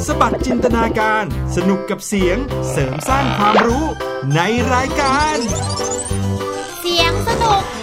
สบัดจินตนาการสนุกกับเสียงเสริมสร้างความรู้ในรายการเสียงสนุก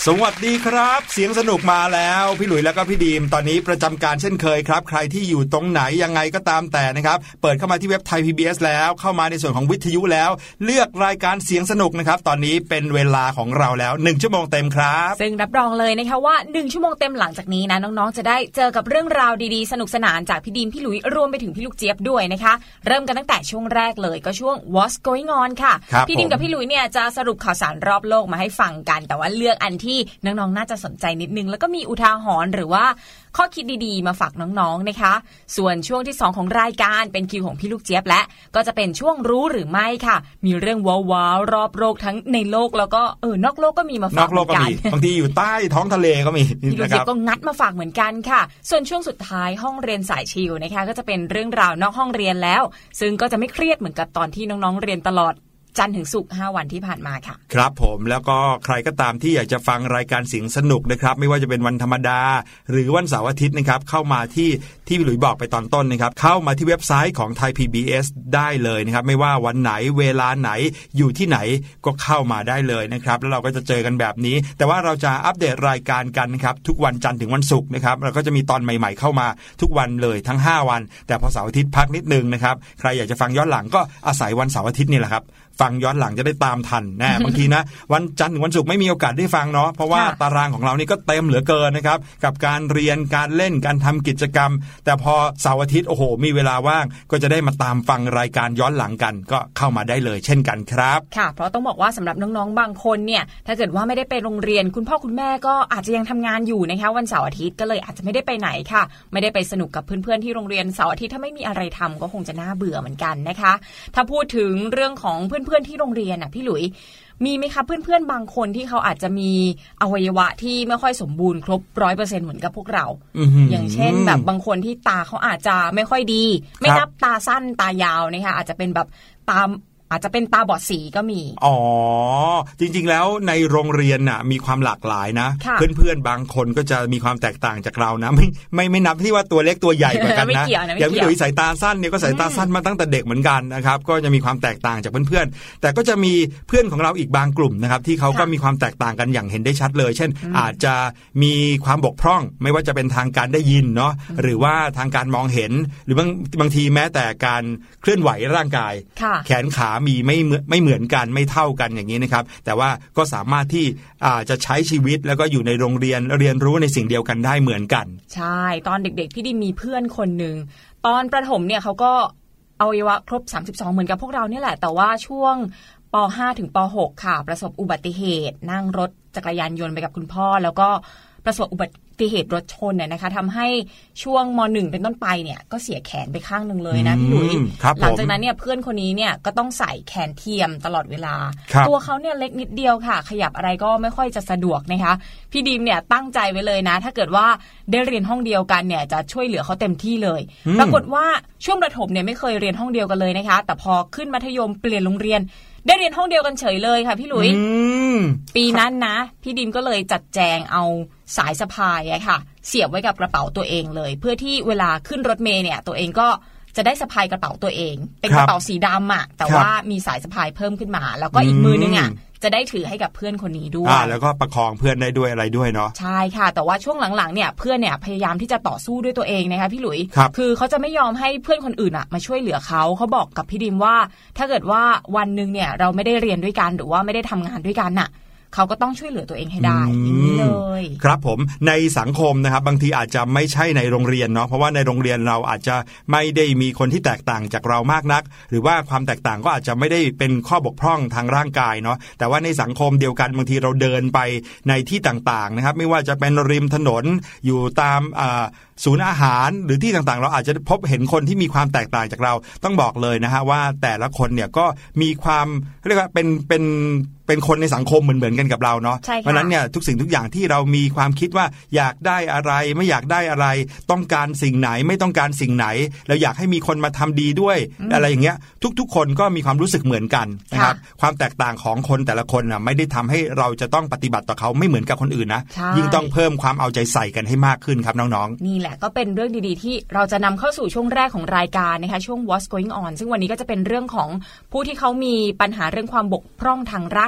สวัสดีครับเสียงสนุกมาแล้วพี่หลุยแล้วก็พี่ดีมตอนนี้ประจำการเช่นเคยครับใครที่อยู่ตรงไหนยังไงก็ตามแต่นะครับเปิดเข้ามาที่เว็บไทย PBS แล้วเข้ามาในส่วนของวิทยุแล้วเลือกรายการเสียงสนุกนะครับตอนนี้เป็นเวลาของเราแล้ว1ชั่วโมงเต็มครับซึ่งรับรองเลยนะคะว่า1ชั่วโมงเต็มหลังจากนี้นะน้องๆจะได้เจอกับเรื่องราวดีๆสนุกสนานจากพี่ดีมพี่หลุยรวมไปถึงพี่ลูกเจี๊ยบด้วยนะคะเริ่มกันตั้งแต่ช่วงแรกเลยก็ช่วง What's Going On ค่ะพี่ดีมกับพี่หลุยเนี่ยจะสรุปข่าวสารรอบโลกมาให้ฟังกันแต่ว่าเลือกอันที่น้องๆน่าจะสนใจนิดนึงแล้วก็มีอุทาหรณ์หรือว่าข้อคิดดีๆมาฝากน้องๆนะคะส่วนช่วงที่2ของรายการเป็นคิวของพี่ลูกเจี๊ยบและก็จะเป็นช่วงรู้หรือไม่ค่ะมีเรื่องว้าวๆรอบโลกทั้งในโลกแล้วก็นอกโลกก็มีมาฝากเหมือนกันบางทีอยู่ใต้ท้องทะเลก็มีพี่ลูกเจี๊ยบก็งัดมาฝากเหมือนกันค่ะส่วนช่วงสุดท้ายห้องเรียนสายชิลนะคะก็จะเป็นเรื่องราวนอกห้องเรียนแล้วซึ่งก็จะไม่เครียดเหมือนกับตอนที่น้องๆเรียนตลอดจันทร์ถึงศุกร์5วันที่ผ่านมาค่ะครับผมแล้วก็ใครก็ตามที่อยากจะฟังรายการเสียงสนุกนะครับไม่ว่าจะเป็นวันธรรมดาหรือวันเสาร์อาทิตย์นะครับเข้ามาที่พี่หลุยบอกไปตอนต้นนะครับเข้ามาที่เว็บไซต์ของ Thai PBS ได้เลยนะครับไม่ว่าวันไหนเวลาไหนอยู่ที่ไหนก็เข้ามาได้เลยนะครับแล้วเราก็จะเจอกันแบบนี้แต่ว่าเราจะอัปเดตรายการกันนะครับทุกวันจันทร์ถึงวันศุกร์นะครับเราก็จะมีตอนใหม่ๆเข้ามาทุกวันเลยทั้ง5วันแต่พอเสาร์อาทิตย์พักนิดนึงนะครับใครอยากจะฟังย้อนหลังก็อาศัยวันเสาร์อาทิตย์นี่แหละครับฟังย้อนหลังจะได้ตามทันนะ บางทีนะวันจันทร์ถึงวันศุกร์ไม่มีโอกาสได้ฟังเนาะเพราะว่าตารางของเรานี่ก็เต็มเหลือเกินนะครับกับการเรียนการเล่นการทำกิจกรรมแต่พอเสาร์อาทิตย์โอ้โหมีเวลาว่างก็จะได้มาตามฟังรายการย้อนหลังกันก็เข้ามาได้เลยเช่นกันครับค่ะเพราะต้องบอกว่าสำหรับน้องๆบางคนเนี่ยถ้าเกิดว่าไม่ได้ไปโรงเรียนคุณพ่อคุณแม่ก็อาจจะยังทำงานอยู่นะคะวันเสาร์อาทิตย์ก็เลยอาจจะไม่ได้ไปไหนค่ะไม่ได้ไปสนุกกับเพื่อนๆที่โรงเรียนเสาร์อาทิตย์ถ้าไม่มีอะไรทำก็คงจะน่าเบื่อเหมือนกันนะคะถ้าพูดถึงเรื่องของเพื่อนๆที่โรงเรียนพี่หลุยมีไหมคะเพื่อนๆบางคนที่เขาอาจจะมีอวัยวะที่ไม่ค่อยสมบูรณ์ครบ 100% เหมือนกับพวกเรา อย่างเช่นแบบบางคนที่ตาเขาอาจจะไม่ค่อยดีไม่นับตาสั้นตายาวนะคะอาจจะเป็นแบบอาจจะเป็นตาบอดสีก็มีอ๋อจริงๆแล้วในโรงเรียนน่ะมีความหลากหลายนะเพื่อนๆบางคนก็จะมีความแตกต่างจากเรานะไม่นับที่ว่าตัวเล็กตัวใหญ่กว่ากันนะอย่างพี่หลุยสายตาสั้นเนี่ยก็สายตาสั้นมาตั้งแต่เด็กเหมือนกันนะครับก็จะมีความแตกต่างจากเพื่อนๆแต่ก็จะมีเพื่อนของเราอีกบางกลุ่มนะครับที่เขาก็มีความแตกต่างกันอย่างเห็นได้ชัดเลยเช่นอาจจะมีความบกพร่องไม่ว่าจะเป็นทางการได้ยินเนาะหรือว่าทางการมองเห็นหรือบางทีแม้แต่การเคลื่อนไหวร่างกายแขนขามีไม่เหมือนกันไม่เท่ากันอย่างนี้นะครับแต่ว่าก็สามารถที่จะใช้ชีวิตแล้วก็อยู่ในโรงเรียนรู้ในสิ่งเดียวกันได้เหมือนกันใช่ตอนเด็กๆพี่ดิมมีเพื่อนคนนึงตอนประถมเนี่ยเขาก็อวัยวะครบ32เหมือนกับพวกเราเนี่ยแหละแต่ว่าช่วงป.5 ถึงป.6 ค่ะประสบอุบัติเหตุนั่งรถจักรยานยนต์ไปกับคุณพ่อแล้วก็ประสบอุบัติเหตุรถชนเนี่ยนะคะทำให้ช่วงม.1 เป็นต้นไปเนี่ยก็เสียแขนไปข้างนึงเลยนะพี่หลุยหลังจากนั้นเนี่ยเพื่อนคนนี้เนี่ยก็ต้องใส่แขนเทียมตลอดเวลาตัวเขาเนี่ยเล็กนิดเดียวค่ะขยับอะไรก็ไม่ค่อยจะสะดวกนะคะพี่ดิมเนี่ยตั้งใจไว้เลยนะถ้าเกิดว่าได้เรียนห้องเดียวกันเนี่ยจะช่วยเหลือเขาเต็มที่เลยปรากฏว่าช่วงประถมเนี่ยไม่เคยเรียนห้องเดียวกันเลยนะคะแต่พอขึ้นมัธยมเปลี่ยนโรงเรียนได้เรียนห้องเดียวกันเฉยเลยค่ะพี่หลุยปีนั้นนะพี่ดิมก็เลยจัดแจงเอาสายสะพายค่ะเสียบไว้กับกระเป๋าตัวเองเลยเพื่อที่เวลาขึ้นรถเมล์เนี่ยตัวเองก็จะได้สะพายกระเป๋าตัวเองเป็นกระเป๋าสีดำแต่ว่ามีสายสะพายเพิ่มขึ้นมาแล้วก็อีกมือนึงจะได้ถือให้กับเพื่อนคนนี้ด้วยแล้วก็ประคองเพื่อนได้ด้วยอะไรด้วยเนาะใช่ค่ะแต่ว่าช่วงหลังๆเนี่ยเพื่อนเนี่ยพยายามที่จะต่อสู้ด้วยตัวเองนะคะพี่หลุยคือเขาจะไม่ยอมให้เพื่อนคนอื่นมาช่วยเหลือเขาบอกกับพี่ดิมว่าถ้าเกิดว่าวันนึงเนี่ยเราไม่ได้เรียนด้วยกันหรือว่าไม่ได้ทำงานด้วยกันเขาก็ต้องช่วยเหลือตัวเองให้ได้อย่างนี้เลยครับผมในสังคมนะครับบางทีอาจจะไม่ใช่ในโรงเรียนเนาะเพราะว่าในโรงเรียนเราอาจจะไม่ได้มีคนที่แตกต่างจากเรามากนักหรือว่าความแตกต่างก็อาจจะไม่ได้เป็นข้อบกพร่องทางร่างกายเนาะแต่ว่าในสังคมเดียวกันบางทีเราเดินไปในที่ต่างๆนะครับไม่ว่าจะเป็นริมถนนอยู่ตามศูนย์อาหารหรือที่ต่างๆเราอาจจะพบเห็นคนที่มีความแตกต่างจากเราต้องบอกเลยนะฮะว่าแต่ละคนเนี่ยก็มีความเรียกว่าเป็นคนในสังคมเหมือนกันกับเราเนาะเพราะนั้นเนี่ยทุกสิ่งทุกอย่างที่เรามีความคิดว่าอยากได้อะไรไม่อยากได้อะไรต้องการสิ่งไหนไม่ต้องการสิ่งไหนแล้วอยากให้มีคนมาทำดีด้วยอะไรอย่างเงี้ยทุกๆคนก็มีความรู้สึกเหมือนกันนะครับความแตกต่างของคนแต่ละคนไม่ได้ทำให้เราจะต้องปฏิบัติต่อเขาไม่เหมือนกับคนอื่นนะยิ่งต้องเพิ่มความเอาใจใส่กันให้มากขึ้นครับน้องๆนี่แหละก็เป็นเรื่องดีๆที่เราจะนำเข้าสู่ช่วงแรกของรายการนะคะช่วง What's Going On ซึ่งวันนี้ก็จะเป็นเรื่องของผู้ที่เขามีปัญหาเรื่องความบกพร่องทางร่าง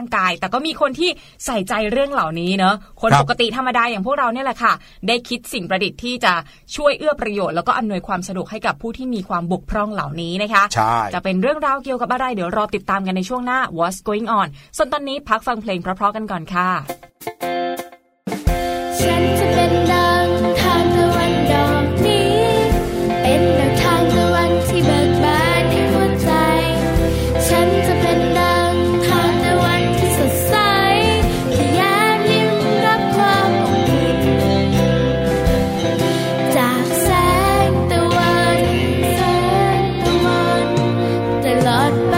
กายแต่ก็มีคนที่ใส่ใจเรื่องเหล่านี้เนอะคนปกติธรรมดาอย่างพวกเราเนี่ยแหละค่ะได้คิดสิ่งประดิษฐ์ที่จะช่วยเอื้อประโยชน์แล้วก็อำนวยความสะดวกให้กับผู้ที่มีความบกพร่องเหล่านี้นะคะจะเป็นเรื่องราวเกี่ยวกับอะไรเดี๋ยวรอติดตามกันในช่วงหน้า What's Going On ส่วนตอนนี้พักฟังเพลงเพราะๆกันก่อนค่ะฉันจะเป็นดังทางตะวันดอกนี้เป็นดังทางตะวันที่เบิกบานในหัวใจฉันจะเป็นดังทางตะวันที่สดใสที่แย้มยิ้มรับความอบอุ่นจากแสงตะวันตลอดไป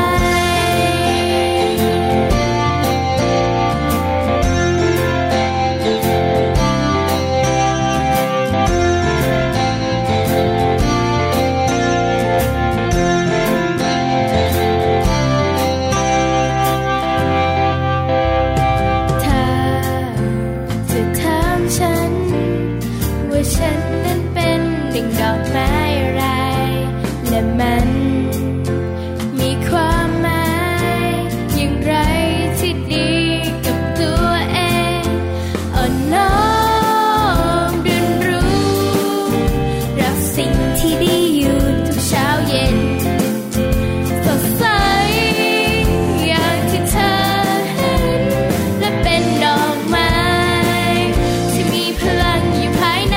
ฉันนั้นเป็นดิ่งดอกไม้อะไรและมันมีความหมายอย่างไรที่ดีกับตัวเองอ่อนน้อมเรียนรู้รับสิ่งที่ดีอยู่ทุกเช้าเย็นสดใสอย่างที่เธอเห็นและเป็นดอกไม้ที่มีพลังอยู่ภายใน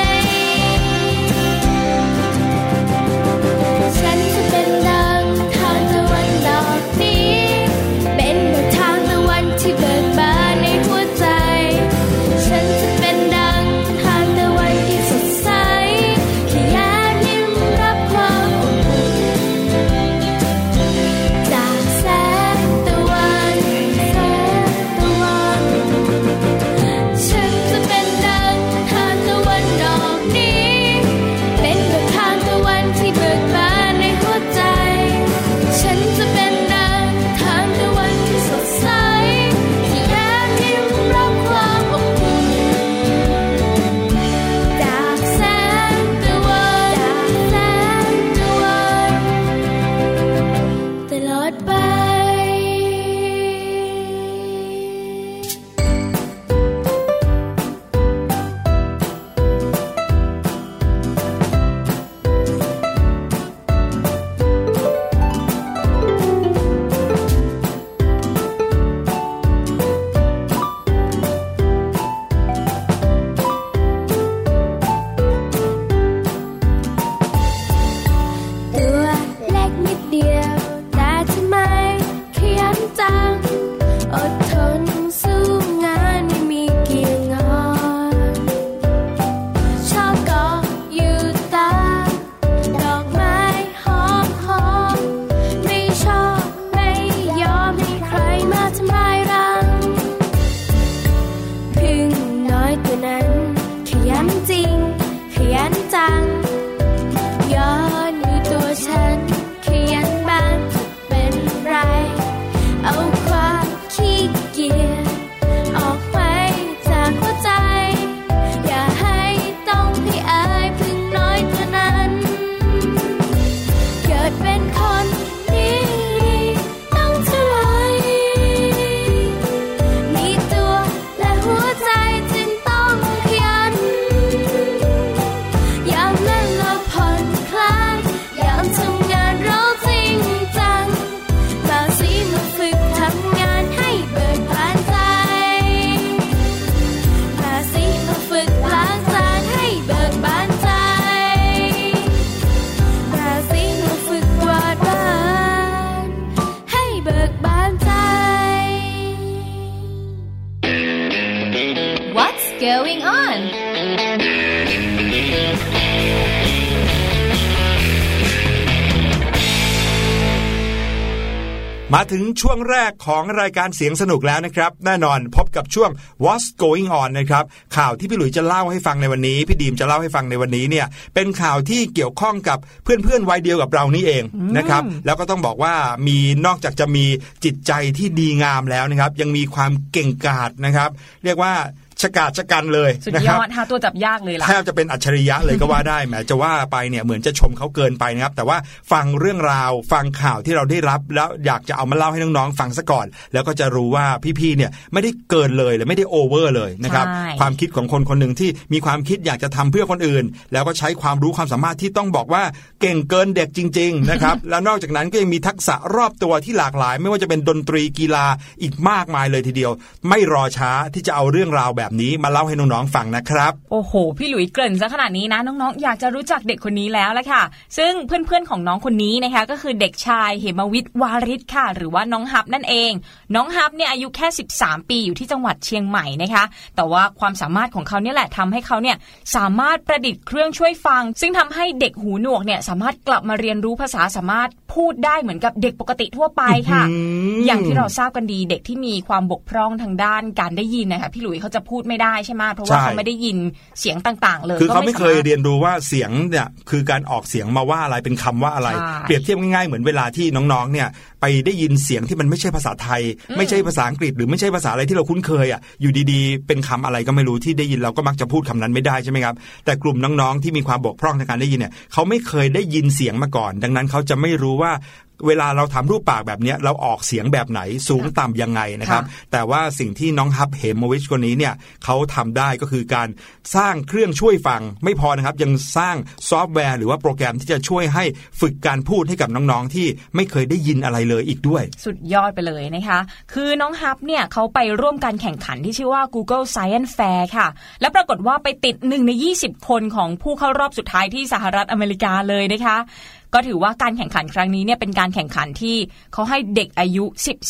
ฉันจะเป็นดังทางตะวันดอกนี้เป็นดังทางตะวันที่เบิกบานในหัวใจฉันจะเป็นดังทางตะวันที่สดใสที่แย้มยิ้มรับความอบอุ่นจากแสงตะวันฉันจะเป็นดังทางตะวันดอกนี้เป็นดังทางตะวันที่เบิกบานในหัวใจฉันจะเป็นดังทางตะวันที่สดใสที่แย้มยิ้มรับความอบอุ่นจากแสงตะวันตลอดไปตัวเล็กนิดเดียวแต่ทำไมขยันจังอดทนสู้งานไม่มีเกี่ยงงอนชอบเกาะอยู่ตามดอกไม้หอมไม่ชอบไม่ยอมให้ใครมาทำลายรังพึ่งน้อยตัวนั้นขยันจริงขยันจังย้อนดูตัวฉันขยันบ้างจะเป็นไรเอาความขี้เกียจออกไปจากหัวใจอย่าให้ต้องให้อายพึ่งน้อยตัวนั้นเกิดเป็นคนดีต้องเท่าไรมีตัวและหัวใจจึงต้องขยันยามเล่นแล้วผ่อนคลายยามทำงานเราจริงจังมาสิมาฝึกทำงานให้เบิกบานใจมาสิมาฝึกล้างจานให้เบิกบานใจมาสิมาฝึกกวาดบ้านให้เบิกบานใจ What's going on? มาถึงช่วงแรกของรายการเสียงสนุกแล้วนะครับแน่นอนพบกับช่วง What's Going On นะครับข่าวที่พี่หลุยจะเล่าให้ฟังในวันนี้พี่ดีมจะเล่าให้ฟังในวันนี้เนี่ยเป็นข่าวที่เกี่ยวข้องกับเพื่อนๆวัยเดียวกับเรานี่เองนะครับแล้วก็ต้องบอกว่ามีนอกจากจะมีจิตใจที่ดีงามแล้วนะครับยังมีความเก่งกาจนะครับเรียกว่าชะกาจชะกันเลยสุดยอดหาตัวจับยากเลยล่ะแทบจะเป็นอัจฉริยะเลยก็ว่าได้แหมจะว่าไปเนี่ยเหมือนจะชมเขาเกินไปนะครับแต่ว่าฟังเรื่องราวฟังข่าวที่เราได้รับแล้วอยากจะเอามาเล่าให้น้องๆฟังซะก่อนแล้วก็จะรู้ว่าพี่ๆเนี่ยไม่ได้เกินเลยหรือไม่ได้โอเวอร์เลยนะครับความคิดของคนคนหนึ่งที่มีความคิดอยากจะทำเพื่อคนอื่นแล้วก็ใช้ความรู้ความสามารถที่ต้องบอกว่าเก่งเกินเด็กจริงๆนะครับแล้วนอกจากนั้นก็ยังมีทักษะรอบตัวที่หลากหลายไม่ว่าจะเป็นดนตรีกีฬาอีกมากมายเลยทีเดียวไม่รอช้าที่จะเอาเรื่องราวแบบนี้มาเล่าให้น้องๆฟังนะครับโอ้โหพี่หลุยเกริ่นซะขนาดนี้นะน้องๆอยากจะรู้จักเด็กคนนี้แล้วละค่ะซึ่งเพื่อนๆของน้องคนนี้นะคะก็คือเด็กชายเหมวิทย์วาริศค่ะหรือว่าน้องฮับนั่นเองน้องฮับเนี่ยอายุแค่13ปีอยู่ที่จังหวัดเชียงใหม่นะคะแต่ว่าความสามารถของเขาเนี่ยแหละทำให้เขาเนี่ยสามารถประดิษฐ์เครื่องช่วยฟังซึ่งทำให้เด็กหูหนวกเนี่ยสามารถกลับมาเรียนรู้ภาษาสามารถพูดได้เหมือนกับเด็กปกติทั่วไปค่ะอย่างที่เราทราบกันดีเด็กที่มีความบกพร่องทางด้านการได้ยินนะคะพี่หลุยเขาจะพูดไม่ได้ใช่ไหมเพราะว่าเขาไม่ได้ยินเสียงต่างๆเลยคือเขาไม่เคยเรียนรู้ว่าเสียงเนี่ยคือการออกเสียงมาว่าอะไรเป็นคำว่าอะไรเปรียบเทียบง่ายๆเหมือนเวลาที่น้องๆเนี่ยไปได้ยินเสียงที่มันไม่ใช่ภาษาไทยไม่ใช่ภาษาอังกฤษหรือไม่ใช่ภาษาอะไรที่เราคุ้นเคยอ่ะอยู่ดีๆเป็นคำอะไรก็ไม่รู้ที่ได้ยินเราก็มักจะพูดคำนั้นไม่ได้ใช่ไหมครับแต่กลุ่มน้องๆที่มีความบกพร่องทางการได้ยินเนี่ยเขาไม่เคยได้ยินเสียงมาก่อนดังนั้นเขาจะไม่รู้ว่าเวลาเราทำรูปปากแบบนี้เราออกเสียงแบบไหนสูงต่ำยังไงนะครับแต่ว่าสิ่งที่น้องฮับเหมวิชคนนี้เนี่ยเขาทำได้ก็คือการสร้างเครื่องช่วยฟังไม่พอนะครับยังสร้างซอฟต์แวร์หรือว่าโปรแกรมที่จะช่วยให้ฝึกการพูดให้กับน้องๆที่ไม่เคยได้ยินอะไรเลยอีกด้วยสุดยอดไปเลยนะคะคือน้องฮับเนี่ยเขาไปร่วมการแข่งขันที่ชื่อว่า Google Science Fair ค่ะและปรากฏว่าไปติด1ใน20คนของผู้เข้ารอบสุดท้ายที่สหรัฐอเมริกาเลยนะคะก็ถือว่าการแข่งขันครั้งนี้เนี่ยเป็นการแข่งขันที่เขาให้เด็กอายุ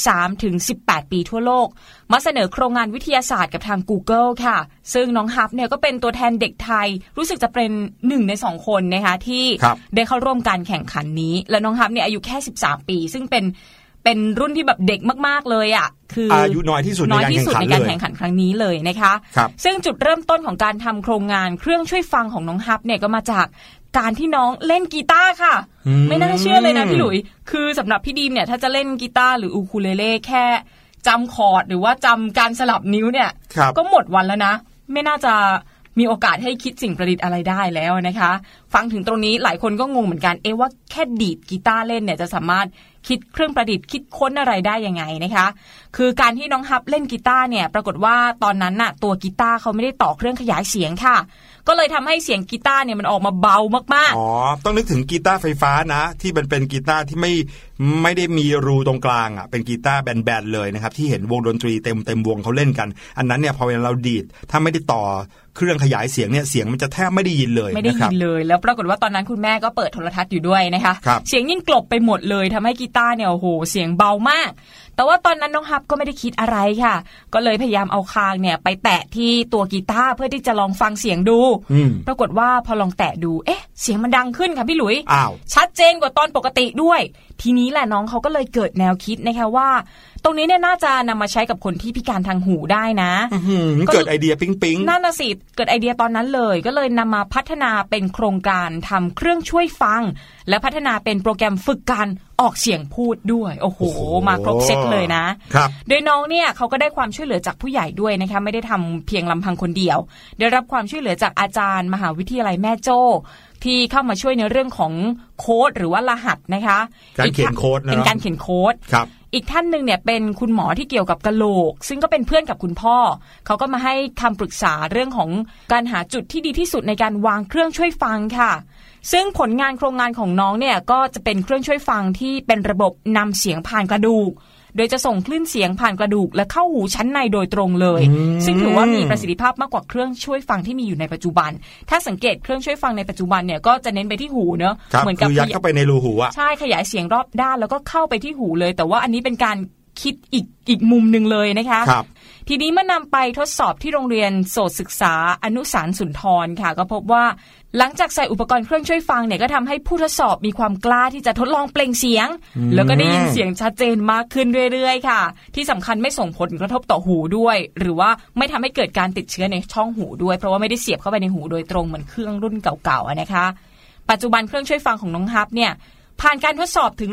13-18 ปีทั่วโลกมาเสนอโครงงานวิทยาศาสตร์กับทาง Google ค่ะซึ่งน้องฮับเนี่ยก็เป็นตัวแทนเด็กไทยรู้สึกจะเป็น1ใน2คนนะคะที่ได้เข้าร่วมการแข่งขันนี้และน้องฮับเนี่ยอายุแค่13ปีซึ่งเป็นรุ่นที่แบบเด็กมากๆเลยอ่ะคืออายุน้อยที่สุดในการแข่งขันครั้งนี้เลยนะคะซึ่งจุดเริ่มต้นของการทำโครงงานเครื่องช่วยฟังของน้องฮับเนี่ยก็มาจากการที่น้องเล่นกีตาร์ค่ะไม่น่าเชื่อเลยนะพี่หลุยคือสำหรับพี่ดีมเนี่ยถ้าจะเล่นกีตาร์หรืออูคูเลเล่แค่จำคอร์ดหรือว่าจำการสลับนิ้วเนี่ยก็หมดวันแล้วนะไม่น่าจะมีโอกาสให้คิดสิ่งประดิษฐ์อะไรได้แล้วนะคะฟังถึงตรงนี้หลายคนก็งงเหมือนกันว่าแค่ดีดกีตาร์เล่นเนี่ยจะสามารถคิดเครื่องประดิษฐ์คิดค้นอะไรได้ยังไงนะคะคือการที่น้องฮับเล่นกีตาร์เนี่ยปรากฏว่าตอนนั้นน่ะตัวกีตาร์เขาไม่ได้ต่อเครื่องขยายเสียงค่ะก็เลยทำให้เสียงกีตาร์เนี่ยมันออกมาเบามากๆอ๋อต้องนึกถึงกีตาร์ไฟฟ้านะที่มันเป็นกีตาร์ที่ไม่ได้มีรูตรงกลางอ่ะเป็นกีตาร์แบนๆเลยนะครับที่เห็นวงดนตรีเต็มวงเขาเล่นกันอันนั้นเนี่ยพอเวลาเราดีดถ้าไม่ได้ต่อเครื่องขยายเสียงเนี่ยเสียงมันจะแทบไม่ได้ยินเลยไม่ได้ยินเลยแล้วปรากฏว่าตอนนั้นคุณแม่ก็เปิดโทรทัศน์อยู่ด้วยนะคะเสียงยิ่งกลบไปหมดเลยทำให้กีตาร์เนี่ยโอ้โหเสียงเบามากแต่ว่าตอนนั้นน้องฮับก็ไม่ได้คิดอะไรค่ะก็เลยพยายามเอาคางเนี่ยไปแตะที่ตัวกีตาร์เพื่อที่จะลองฟังเสียงดูปรากฏว่าพอลองแตะดูเสียงมันดังขึ้นค่ะพี่หลุยชัดเจนกว่าตอนปกติด้วยทีนี้แหละน้องเขาก็เลยเกิดแนวคิดนะคะว่าตรงนี้เนี่ยน่าจะนำมาใช้กับคนที่พิการทางหูได้นะเกิดไอเดียปิ๊งนั่นน่ะสิเกิดไอเดียตอนนั้นเลยก็เลยนำมาพัฒนาเป็นโครงการทำเครื่องช่วยฟังและพัฒนาเป็นโปรแกรมฝึกการออกเสียงพูดด้วยโอ้โหมาครบเซตเลยนะโดยน้องเนี่ยเขาก็ได้ความช่วยเหลือจากผู้ใหญ่ด้วยนะคะไม่ได้ทำเพียงลำพังคนเดียวได้รับความช่วยเหลือจากอาจารย์มหาวิทยาลัยแม่โจ้ที่เข้ามาช่วยในเรื่องของโค้ดหรือว่ารหัสนะคะการเขียนโค้ดเป็นการเขียนโค้ดอีกท่านนึงเนี่ยเป็นคุณหมอที่เกี่ยวกับกะโหลกซึ่งก็เป็นเพื่อนกับคุณพ่อเขาก็มาให้คำปรึกษาเรื่องของการหาจุดที่ดีที่สุดในการวางเครื่องช่วยฟังค่ะซึ่งผลงานโครงงานของน้องเนี่ยก็จะเป็นเครื่องช่วยฟังที่เป็นระบบนำเสียงผ่านกระดูกโดยจะส่งคลื่นเสียงผ่านกระดูกและเข้าหูชั้นในโดยตรงเลยซึ่งถือว่ามีประสิทธิภาพมากกว่าเครื่องช่วยฟังที่มีอยู่ในปัจจุบันถ้าสังเกตเครื่องช่วยฟังในปัจจุบันเนี่ยก็จะเน้นไปที่หูเนอะเหมือนกับยัดเข้าไปในรูหูอะใช่ขยายเสียงรอบด้านแล้วก็เข้าไปที่หูเลยแต่ว่าอันนี้เป็นการคิดอีกมุมนึงเลยนะคะทีนี้เมื่อนำไปทดสอบที่โรงเรียนโสตศึกษาอนุสารสุนทรค่ะก็พบว่าหลังจากใส่อุปกรณ์เครื่องช่วยฟังเนี่ยก็ทำให้ผู้ทดสอบมีความกล้าที่จะทดลองเปล่งเสียงแล้วก็ได้ยินเสียงชัดเจนมากขึ้นเรื่อยๆค่ะที่สำคัญไม่ส่งผลกระทบต่อหูด้วยหรือว่าไม่ทำให้เกิดการติดเชื้อในช่องหูด้วยเพราะว่าไม่ได้เสียบเข้าไปในหูโดยตรงเหมือนเครื่องรุ่นเก่าๆนะคะปัจจุบันเครื่องช่วยฟังของน้องฮับเนี่ยผ่านการทดสอบถึงระดับ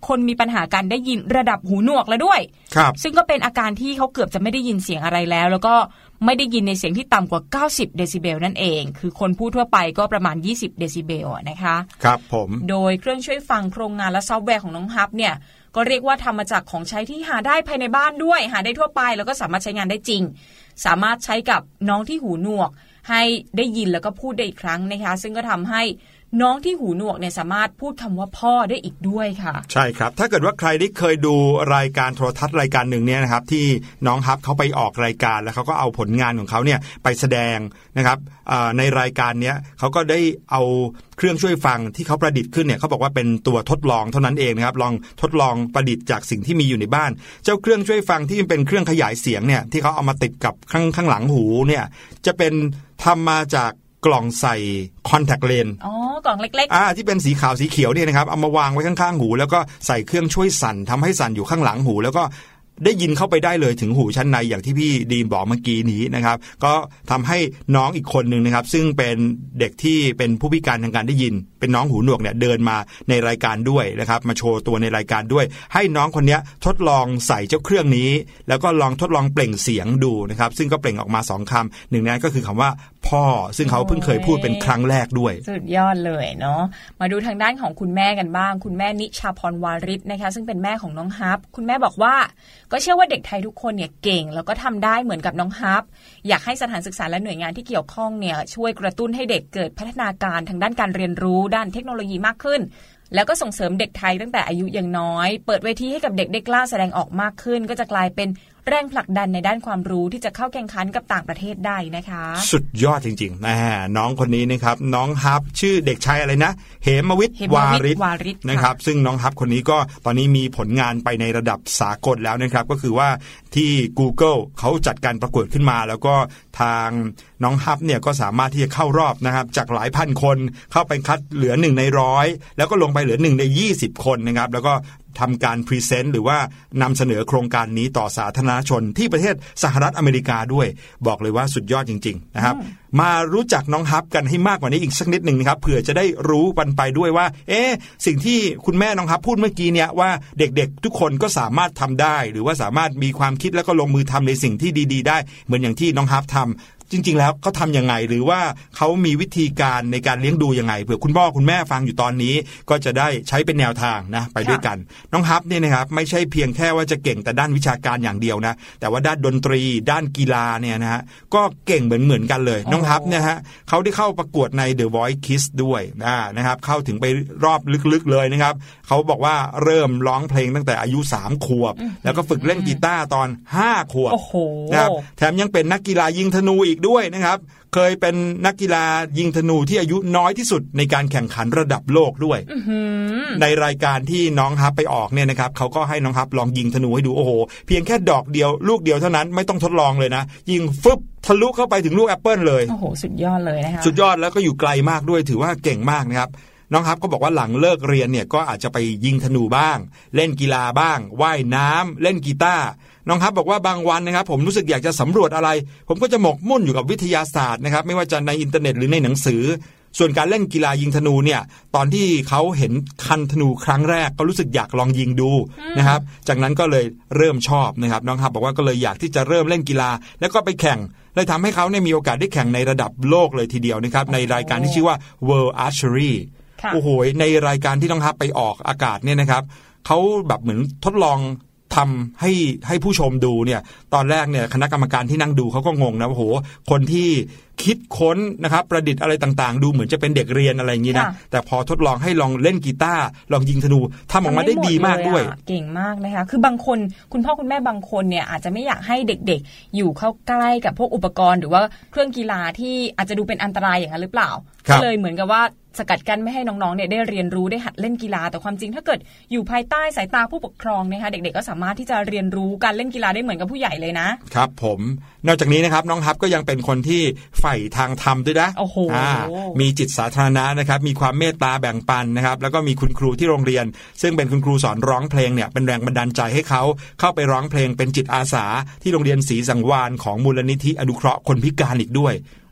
คนมีปัญหาการได้ยินระดับหูหนวกแล้วด้วยซึ่งก็เป็นอาการที่เขาเกือบจะไม่ได้ยินเสียงอะไรแล้วก็ไม่ได้ยินในเสียงที่ต่ำกว่า90เดซิเบลนั่นเองคือคนพูดทั่วไปก็ประมาณ20เดซิเบลนะคะครับผมโดยเครื่องช่วยฟังโครงงานและซอฟต์แวร์ของน้องฮับเนี่ยก็เรียกว่าทำมาจากของใช้ที่หาได้ภายในบ้านด้วยหาได้ทั่วไปแล้วก็สามารถใช้งานได้จริงสามารถใช้กับน้องที่หูหนวกให้ได้ยินแล้วก็พูดได้อีกครั้งนะคะซึ่งก็ทำให้น้องที่หูหนวกเนี่ยสามารถพูดคำว่าพ่อได้อีกด้วยค่ะใช่ครับถ้าเกิดว่าใครได้เคยดูรายการโทรทัศน์รายการหนึ่งเนี่ยนะครับที่น้องฮับเขาไปออกรายการแล้วเขาก็เอาผลงานของเขาเนี่ยไปแสดงนะครับในรายการเนี้ยเขาก็ได้เอาเครื่องช่วยฟังที่เขาประดิษฐ์ขึ้นเนี่ยเขาบอกว่าเป็นตัวทดลองเท่านั้นเองนะครับลองทดลองประดิษฐ์จากสิ่งที่มีอยู่ในบ้านเจ้าเครื่องช่วยฟังที่เป็นเครื่องขยายเสียงเนี่ยที่เขาเอามาติดกับข้างหลังหูเนี่ยจะเป็นทำมาจากกล่องใส่คอนแทคเลนส์กล่องเล็กๆที่เป็นสีขาวสีเขียวเนี่ยนะครับเอามาวางไว้ข้างๆหูแล้วก็ใส่เครื่องช่วยสั่นทำให้สั่นอยู่ข้างหลังหูแล้วก็ได้ยินเข้าไปได้เลยถึงหูชั้นในอย่างที่พี่ดีมบอกเมื่อกี้นี้นะครับก็ทำให้น้องอีกคนนึงนะครับซึ่งเป็นเด็กที่เป็นผู้พิการทางการได้ยินเป็นน้องหูหนวกเนี่ยเดินมาในรายการด้วยนะครับมาโชว์ตัวในรายการด้วยให้น้องคนนี้ทดลองใส่เจ้าเครื่องนี้แล้วก็ลองทดลองเปล่งเสียงดูนะครับซึ่งก็เปล่งออกมา2คำหนึ่งนั้นก็คือคำว่าพ่อซึ่งเขาเพิ่งเคยพูดเป็นครั้งแรกด้วยสุดยอดเลยเนาะมาดูทางด้านของคุณแม่กันบ้างคุณแม่นิชาพรวาริศนะคะซึ่งเป็นแม่ของน้องฮับคุณแม่บอกว่าก็เชื่อว่าเด็กไทยทุกคนเนี่ยเก่งแล้วก็ทำได้เหมือนกับน้องฮับอยากให้สถานศึกษาและหน่วยงานที่เกี่ยวข้องเนี่ยช่วยกระตุ้นให้เด็กเกิดพัฒนาการทางด้านการเรียนรู้ด้านเทคโนโลยีมากขึ้นแล้วก็ส่งเสริมเด็กไทยตั้งแต่อายุยังน้อยเปิดเวทีให้กับเด็กได้กล้าแสดงออกมากขึ้นก็จะกลายเป็นแรงผลักดันในด้านความรู้ที่จะเข้าแข่งขันกับต่างประเทศได้นะคะสุดยอดจริงๆน้องคนนี้นะครับน้องฮับชื่อเด็กชายอะไรนะเหมวิทย์วาริศนะครับซึ่งน้องฮับคนนี้ก็ตอนนี้มีผลงานไปในระดับสากลแล้วนะครับก็คือว่าที่ Google เขาจัดการประกวดขึ้นมาแล้วก็ทางน้องฮับเนี่ยก็สามารถที่จะเข้ารอบนะครับจากหลายพันคนเข้าไปคัดเหลือ1ใน100แล้วก็ลงไปเหลือ1ใน20คนนะครับแล้วก็ทำการพรีเซนต์หรือว่านำเสนอโครงการนี้ต่อสาธารณชนที่ประเทศสหรัฐอเมริกาด้วยบอกเลยว่าสุดยอดจริงๆนะครับมารู้จักน้องฮับกันให้มากกว่านี้อีกสักนิดหนึ่งนะครับเผื่อจะได้รู้กันไปด้วยว่าสิ่งที่คุณแม่น้องฮับพูดเมื่อกี้เนี่ยว่าเด็กๆทุกคนก็สามารถทำได้หรือว่าสามารถมีความคิดแล้วก็ลงมือทำในสิ่งที่ดีๆได้เหมือนอย่างที่น้องฮับทำจริงๆแล้วเขาทำยังไงหรือว่าเขามีวิธีการในการเลี้ยงดูยังไงเผื่อคุณพ่อคุณแม่ฟังอยู่ตอนนี้ก็จะได้ใช้เป็นแนวทางนะไปด้วยกันน้องฮับเนี่ยนะครับไม่ใช่เพียงแค่ว่าจะเก่งแต่ด้านวิชาการอย่างเดียวนะแต่ว่าด้านดนตรีด้านกีฬาเนี่ยนะฮะก็เก่งเหมือนกันเลยน้องฮับเนี่ยฮะเขาได้เข้าประกวดใน The Voice Kids ด้วยนะครับเข้าถึงไปรอบลึกๆเลยนะครับเขาบอกว่าเริ่มร้องเพลงตั้งแต่อายุ3ขวบแล้วก็ฝึกเล่นกีตาร์ตอน5ขวบนะครับแถมยังเป็นนักกีฬายิงธนูอีกด้วยนะครับเคยเป็นนักกีฬายิงธนูที่อายุน้อยที่สุดในการแข่งขันระดับโลกด้วยในรายการที่น้องฮับไปออกเนี่ยนะครับเขาก็ให้น้องฮับลองยิงธนูให้ดูโอ้โหเพียงแค่ดอกเดียวลูกเดียวเท่านั้นไม่ต้องทดลองเลยนะยิงฟึบทะลุเข้าไปถึงลูกแอปเปิลเลยโอ้โหสุดยอดเลยนะคะสุดยอดแล้วก็อยู่ไกลมากด้วยถือว่าเก่งมากนะครับน้องฮับก็บอกว่าหลังเลิกเรียนเนี่ยก็อาจจะไปยิงธนูบ้างเล่นกีฬาบ้างว่ายน้ำเล่นกีตาร์น้องฮับบอกว่าบางวันนะครับผมรู้สึกอยากจะสำรวจอะไรผมก็จะหมกมุ่นอยู่กับวิทยาศาสตร์นะครับไม่ว่าจะในอินเทอร์เน็ตหรือในหนังสือส่วนการเล่นกีฬายิงธนูเนี่ยตอนที่เขาเห็นคันธนูครั้งแรกก็รู้สึกอยากลองยิงดูนะครับจากนั้นก็เลยเริ่มชอบนะครับน้องฮับบอกว่าก็เลยอยากที่จะเริ่มเล่นกีฬาแล้วก็ไปแข่งเลยทำให้เขาเนี่ยมีโอกาสได้แข่งในระดับโลกเลยทีเดียวนะครับในรายการที่ชื่อว่า World Archery โอ้โหในรายการที่น้องฮับไปออกอากาศเนี่ยนะครับเขาแบบเหมือนทดลองทำให้ผู้ชมดูเนี่ยตอนแรกเนี่ยคณะกรรมการที่นั่งดูเขาก็งงนะโอ้โหคนที่คิดค้นนะครับประดิษฐ์อะไรต่างๆดูเหมือนจะเป็นเด็กเรียนอะไรอย่างนี้นะแต่พอทดลองให้ลองเล่นกีตาร์ลองยิงธนูทำออกมาได้ดีมากด้วยเก่งมากนะคะคือบางคนคุณพ่อคุณแม่บางคนเนี่ยอาจจะไม่อยากให้เด็กๆอยู่เข้าใกล้กับพวกอุปกรณ์หรือว่าเครื่องกีฬาที่อาจจะดูเป็นอันตรายอย่างนั้นหรือเปล่าก็เลยเหมือนกับว่าสกัดกั้นไม่ให้น้องๆเนี่ยได้เรียนรู้ได้หัดเล่นกีฬาแต่ความจริงถ้าเกิดอยู่ภายใต้สายตาผู้ปกครองนะคะเด็กๆก็สามารถที่จะเรียนรู้การเล่นกีฬาได้เหมือนกับผู้ใหญ่เลยนะครับผมนอกจากนี้นะครับน้องฮับก็ยังเป็นคนที่ใฝ่ทางธรรมด้วยนะมีจิตสาธารณะนะครับมีความเมตตาแบ่งปันนะครับแล้วก็มีคุณครูที่โรงเรียนซึ่งเป็นคุณครูสอนร้องเพลงเนี่ยเป็นแรงบันดาลใจให้เขาเข้าไปร้องเพลงเป็นจิตอาสาที่โรงเรียนศรีสังวาลของมูลนิธิอนุเคราะห์คนพิการอีกด้วย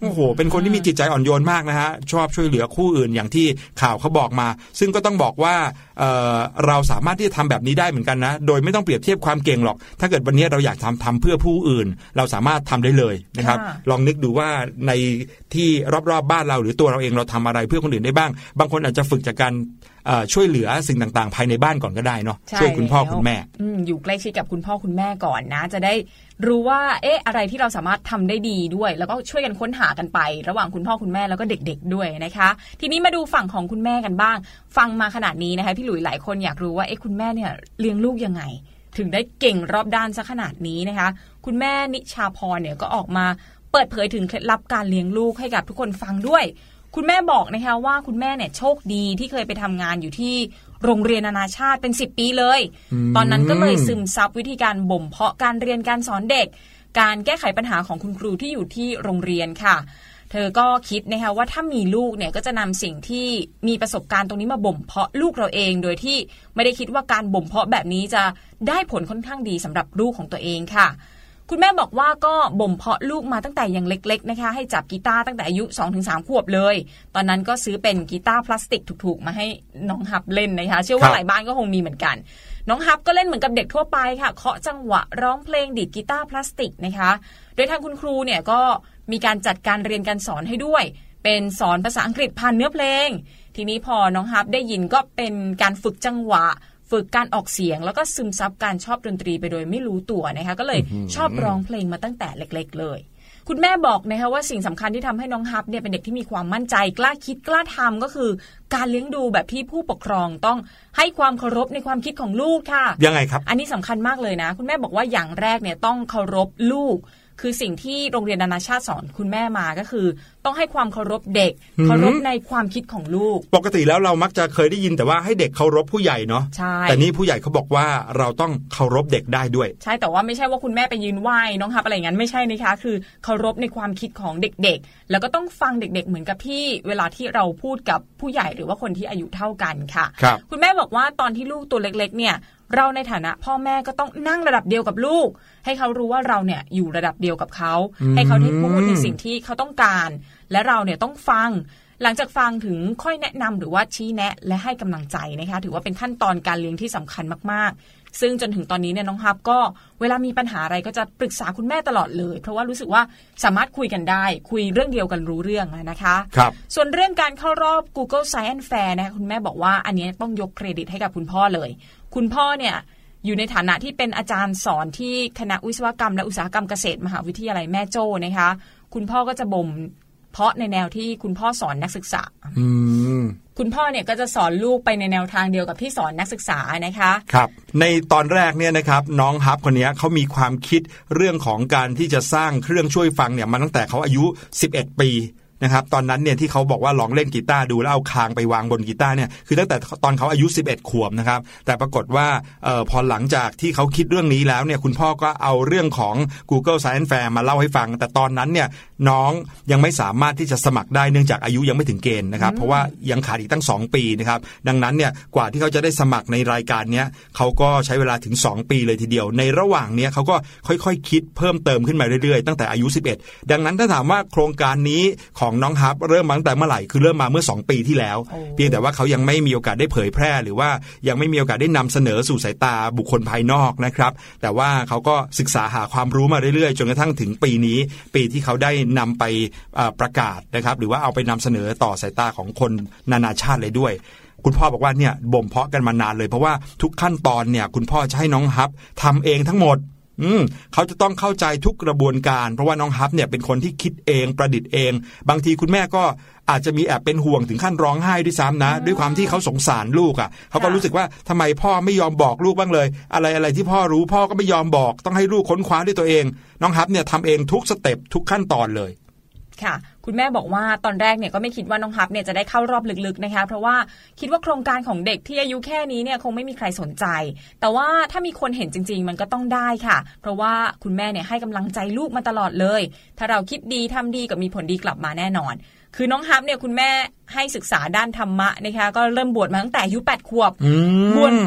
โอ้โหเป็นคนที่มีจิตใจอ่อนโยนมากนะฮะชอบช่วยเหลือคู่อื่นอย่างที่ข่าวเขาบอกมาซึ่งก็ต้องบอกว่าเราสามารถที่จะทำแบบนี้ได้เหมือนกันนะโดยไม่ต้องเปรียบเทียบความเก่งหรอกถ้าเกิดวันนี้เราอยากทำเพื่อผู้อื่นเราสามารถทำได้เลยนะครับลองนึกดูว่าในที่รอบๆบ้านเราหรือตัวเราเองเราทำอะไรเพื่อคนอื่นได้บ้างบางคนอาจจะฝึกจากการช่วยเหลือสิ่งต่างๆภายในบ้านก่อนก็ได้เนาะช่วยคุณพ่อคุณแม่อยู่ใกล้ชิดกับคุณพ่อคุณแม่ก่อนนะจะได้รู้ว่าอะไรที่เราสามารถทำได้ดีด้วยแล้วก็ช่วยกันค้นหากันไประหว่างคุณพ่อคุณแม่แล้วก็เด็กๆด้วยนะคะทีนี้มาดูฝั่งของคุณแม่กันบ้างฟังมาขนาดนี้นะคะพี่หลุยหลายคนอยากรู้ว่าคุณแม่เนี่ยเลี้ยงลูกยังไงถึงได้เก่งรอบด้านซะขนาดนี้นะคะคุณแม่นิชาพรเนี่ยก็ออกมาเปิดเผยถึงเคล็ดลับการเลี้ยงลูกให้กับทุกคนฟังด้วยคุณแม่บอกนะคะว่าคุณแม่เนี่ยโชคดีที่เคยไปทำงานอยู่ที่โรงเรียนนานาชาติเป็น10 ปีเลยตอนนั้นก็เลยซึมซับวิธีการบ่มเพาะการเรียนการสอนเด็กการแก้ไขปัญหาของคุณครูที่อยู่ที่โรงเรียนค่ะเธอก็คิดนะคะว่าถ้ามีลูกเนี่ยก็จะนำสิ่งที่มีประสบการณ์ตรงนี้มาบ่มเพาะลูกเราเองโดยที่ไม่ได้คิดว่าการบ่มเพาะแบบนี้จะได้ผลค่อนข้างดีสำหรับลูกของตัวเองค่ะคุณแม่บอกว่าก็บ่มเพาะลูกมาตั้งแต่ยังเล็กๆนะคะให้จับกีตาร์ตั้งแต่อายุ 2-3 ขวบเลยตอนนั้นก็ซื้อเป็นกีตาร์พลาสติกถูกๆมาให้น้องฮับเล่นนะคะเชื่อว่าหลายบ้านก็คงมีเหมือนกันน้องฮับก็เล่นเหมือนกับเด็กทั่วไปค่ะเคาะจังหวะร้องเพลงดีดกีตาร์พลาสติกนะคะโดยทางคุณครูเนี่ยก็มีการจัดการเรียนการสอนให้ด้วยเป็นสอนภาษาอังกฤษผ่านเนื้อเพลงทีนี้พอน้องฮับได้ยินก็เป็นการฝึกจังหวะฝึกการออกเสียงแล้วก็ซึมซับการชอบดนตรีไปโดยไม่รู้ตัวนะคะก็เลยชอบร้องเพลงมาตั้งแต่เล็กๆเลยคุณแม่บอกนะคะว่าสิ่งสำคัญที่ทำให้น้องฮับเนี่ยเป็นเด็กที่มีความมั่นใจกล้าคิดกล้าทำก็คือการเลี้ยงดูแบบที่ผู้ปกครองต้องให้ความเคารพในความคิดของลูกค่ะยังไงครับอันนี้สำคัญมากเลยนะคุณแม่บอกว่าอย่างแรกเนี่ยต้องเคารพลูกคือสิ่งที่โรงเรียนนานาชาติสอนคุณแม่มาก็คือต้องให้ความเคารพเด็กเคารพในความคิดของลูกปกติแล้วเรามักจะเคยได้ยินแต่ว่าให้เด็กเคารพผู้ใหญ่เนาะแต่นี่ผู้ใหญ่เขาบอกว่าเราต้องเคารพเด็กได้ด้วยใช่แต่ว่าไม่ใช่ว่าคุณแม่ไปยืนไหว้น้องฮับอะไรอย่างนั้นไม่ใช่นะคะคือเคารพในความคิดของเด็กๆแล้วก็ต้องฟังเด็กๆเหมือนกับที่เวลาที่เราพูดกับผู้ใหญ่หรือว่าคนที่อายุเท่ากันค่ะคุณแม่บอกว่าตอนที่ลูกตัวเล็กๆเนี่ยเราในฐานะพ่อแม่ก็ต้องนั่งระดับเดียวกับลูกให้เขารู้ว่าเราเนี่ยอยู่ระดับเดียวกับเขาให้เขาได้พูดในสิ่งที่เขาต้องการและเราเนี่ยต้องฟังหลังจากฟังถึงค่อยแนะนำหรือว่าชี้แนะและให้กำลังใจนะคะถือว่าเป็นขั้นตอนการเลี้ยงที่สำคัญมากๆซึ่งจนถึงตอนนี้เนี่ยน้องฮับก็เวลามีปัญหาอะไรก็จะปรึกษาคุณแม่ตลอดเลยเพราะว่ารู้สึกว่าสามารถคุยกันได้คุยเรื่องเดียวกันรู้เรื่องนะคะส่วนเรื่องการเข้ารอบ Google Science Fair นะคะคุณแม่บอกว่าอันนี้ต้องยกเครดิตให้กับคุณพ่อเลยคุณพ่อเนี่ยอยู่ในฐานะที่เป็นอาจารย์สอนที่คณะวิศวกรรมและอุตสาหกรรมเกษตรมหาวิทยาลัยแม่โจ้นะคะคุณพ่อก็จะบ่มเพาะในแนวที่คุณพ่อสอนนักศึกษาคุณพ่อเนี่ยก็จะสอนลูกไปในแนวทางเดียวกับที่สอนนักศึกษานะคะครับในตอนแรกเนี่ยนะครับน้องฮับคนนี้เขามีความคิดเรื่องของการที่จะสร้างเครื่องช่วยฟังเนี่ยมาตั้งแต่เขาอายุ11 ปีนะครับตอนนั้นเนี่ยที่เขาบอกว่าลองเล่นกีตาร์ดูแล้วเอาคางไปวางบนกีตาร์เนี่ยคือตั้งแต่ตอนเขาอายุ11 ขวบนะครับแต่ปรากฏว่าพอหลังจากที่เขาคิดเรื่องนี้แล้วเนี่ยคุณพ่อก็เอาเรื่องของ Google Science Fair มาเล่าให้ฟังแต่ตอนนั้นเนี่ยน้องยังไม่สามารถที่จะสมัครได้เนื่องจากอายุยังไม่ถึงเกณฑ์นะครับเพราะว่ายังขาดอีกตั้ง2 ปีนะครับดังนั้นเนี่ยกว่าที่เขาจะได้สมัครในรายการนี้เขาก็ใช้เวลาถึง2 ปีเลยทีเดียวในระหว่างนี้เขาก็ค่อยๆคิดเพิ่มเติมขึ้นมาเรื่อยๆตั้งแต่อายุ11ดังนั้นถ้าถามว่าโครงการนี้ของน้องฮับเริ่มมาตั้งแต่เมื่อไหร่คือเริ่มมาเมื่อ2 ปีที่แล้วเพียงแต่ว่าเขายังไม่มีโอกาสได้เผยแพร่หรือว่ายังไม่มีโอกาสได้นำเสนอสู่สายตาบุคคลภายนอกนะครับแต่ว่าเขาก็ศึกษาหาความรู้มาเรื่อยๆจนกระทั่งถึงปีนี้ปีที่เขาได้นำไปประกาศนะครับหรือว่าเอาไปนำเสนอต่อสายตาของคนนานาชาติเลยด้วยคุณพ่อบอกว่าเนี่ยบ่มเพาะกันมานานเลยเพราะว่าทุกขั้นตอนเนี่ยคุณพ่อจะให้น้องฮับทำเองทั้งหมดเขาจะต้องเข้าใจทุกกระบวนการเพราะว่าน้องฮับเนี่ยเป็นคนที่คิดเองประดิษฐ์เองบางทีคุณแม่ก็อาจจะมีแอบเป็นห่วงถึงขั้นร้องไห้ด้วยซ้ำนะด้วยความที่เขาสงสารลูกอ่ะเขาก็รู้สึกว่าทำไมพ่อไม่ยอมบอกลูกบ้างเลยอะไรที่พ่อรู้พ่อก็ไม่ยอมบอกต้องให้ลูกค้นคว้าด้วยตัวเองน้องฮับเนี่ยทำเองทุกสเต็ปทุกขั้นตอนเลยค่ะคุณแม่บอกว่าตอนแรกเนี่ยก็ไม่คิดว่าน้องฮับเนี่ยจะได้เข้ารอบลึกๆนะคะเพราะว่าคิดว่าโครงการของเด็กที่อายุแค่นี้เนี่ยคงไม่มีใครสนใจแต่ว่าถ้ามีคนเห็นจริงๆมันก็ต้องได้ค่ะเพราะว่าคุณแม่เนี่ยให้กำลังใจลูกมาตลอดเลยถ้าเราคิดดีทำดีก็มีผลดีกลับมาแน่นอนคือน้องฮับเนี่ยคุณแม่ให้ศึกษาด้านธรรมะนะคะก็เริ่มบวชมาตั้งแต่อายุ8 ขวบบ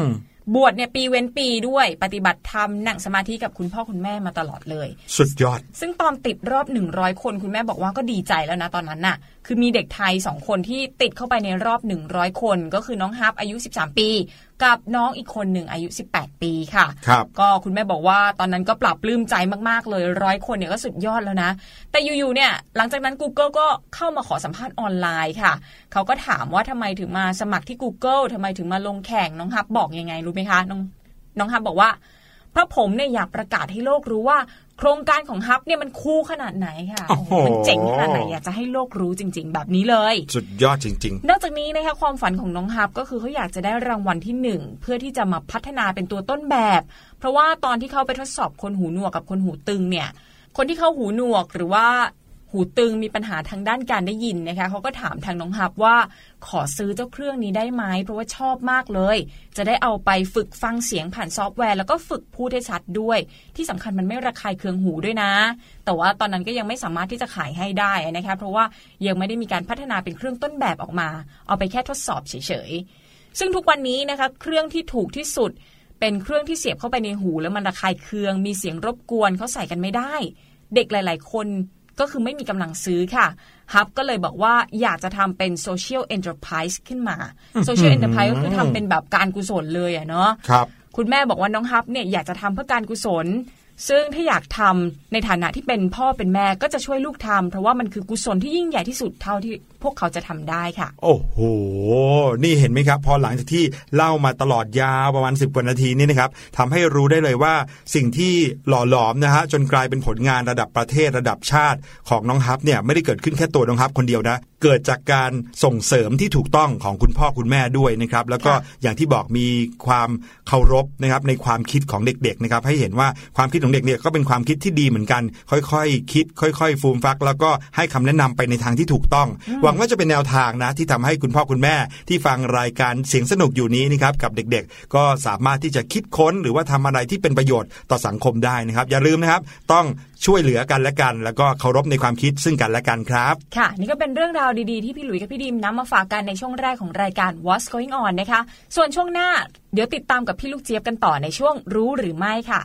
บวชเนี่ยปีเว้นปีด้วยปฏิบัติธรรมนั่งสมาธิกับคุณพ่อคุณแม่มาตลอดเลยสุดยอดซึ่งตอนติดรอบ100คนคุณแม่บอกว่าก็ดีใจแล้วนะตอนนั้นน่ะคือมีเด็กไทย2คนที่ติดเข้าไปในรอบ100คนก็คือน้องฮับอายุ13ปีกับน้องอีกคนหนึ่งอายุ18ปีค่ะก็คุณแม่บอกว่าตอนนั้นก็ปรับปลื้มใจมากๆเลย100คนเนี่ยก็สุดยอดแล้วนะแต่อยู่ๆเนี่ยหลังจากนั้น Google ก็เข้ามาขอสัมภาษณ์ออนไลน์ค่ะเขาก็ถามว่าทำไมถึงมาสมัครที่ Google ทำไมถึงมาลงแข่งน้องฮับบอกยังไงรู้ไหมคะน้องฮับบอกว่าเพราะผมเนี่ยอยากประกาศให้โลกรู้ว่าโครงการของฮับเนี่ยมันคูลขนาดไหนค่ะมันเจ๋งขนาดไหนอยากจะให้โลกรู้จริงๆแบบนี้เลยสุดยอดจริงๆนอกจากนี้นะคะความฝันของน้องฮับก็คือเขาอยากจะได้รางวัลที่1เพื่อที่จะมาพัฒนาเป็นตัวต้นแบบเพราะว่าตอนที่เขาไปทดสอบคนหูหนวกกับคนหูตึงเนี่ยคนที่เขาหูหนวกหรือว่าหูตึงมีปัญหาทางด้านการได้ยินนะคะเขาก็ถามทางน้องฮับว่าขอซื้อเจ้าเครื่องนี้ได้ไหมเพราะว่าชอบมากเลยจะได้เอาไปฝึกฟังเสียงผ่านซอฟต์แวร์แล้วก็ฝึกพูดให้ชัดด้วยที่สำคัญมันไม่ระคายเคืองหูด้วยนะแต่ว่าตอนนั้นก็ยังไม่สามารถที่จะขายให้ได้นะคะเพราะว่ายังไม่ได้มีการพัฒนาเป็นเครื่องต้นแบบออกมาเอาไปแค่ทดสอบเฉยๆซึ่งทุกวันนี้นะคะเครื่องที่ถูกที่สุดเป็นเครื่องที่เสียบเข้าไปในหูแล้วมันระคายเคืองมีเสียงรบกวนเขาใส่กันไม่ได้เด็กหลายๆคนก็คือไม่มีกำลังซื้อค่ะฮับก็เลยบอกว่าอยากจะทำเป็น social enterprise ขึ้นมา social enterprise ก็คือทำเป็นแบบการกุศลเลยอะเนาะคุณแม่บอกว่าน้องฮับเนี่ยอยากจะทำเพื่อการกุศลซึ่งถ้าอยากทำในฐานะที่เป็นพ่อเป็นแม่ก็จะช่วยลูกทำเพราะว่ามันคือกุศลที่ยิ่งใหญ่ที่สุดเท่าที่พวกเขาจะทำได้ค่ะโอ้โหนี่เห็นไหมครับพอหลังจากที่เล่ามาตลอดยาวประมาณ10กว่านาทีนี่นะครับทำให้รู้ได้เลยว่าสิ่งที่หล่อหลอมนะฮะจนกลายเป็นผลงานระดับประเทศระดับชาติของน้องฮับเนี่ยไม่ได้เกิดขึ้นแค่ตัวน้องฮับคนเดียวนะเกิดจากการส่งเสริมที่ถูกต้องของคุณพ่อคุณแม่ด้วยนะครับแล้วก็อย่างที่บอกมีความเคารพนะครับในความคิดของเด็กๆนะครับให้เห็นว่าความคิดของเด็กเนี่ยก็เป็นความคิดที่ดีเหมือนกันค่อยๆคิดค่อยๆฟูมฟักแล้วก็ให้คำแนะนำไปในทางที่ถูกต้องหวังว่าจะเป็นแนวทางนะที่ทำให้คุณพ่อคุณแม่ที่ฟังรายการเสียงสนุกอยู่นี้นะครับกับเด็กๆก็สามารถที่จะคิดค้นหรือว่าทำอะไรที่เป็นประโยชน์ต่อสังคมได้นะครับอย่าลืมนะครับต้องช่วยเหลือกันและกันแล้วก็เคารพในความคิดซึ่งกันและกันครับค่ะนี่ก็เป็นเรื่องราวดีๆที่พี่หลุยส์กับพี่ดิมนำมาฝากกันในช่วงแรกของรายการ What's Going On นะคะส่วนช่วงหน้าเดี๋ยวติดตามกับพี่ลูกเจี๊ยบกันต่อในช่วงรู้หรือไม่ค่ะ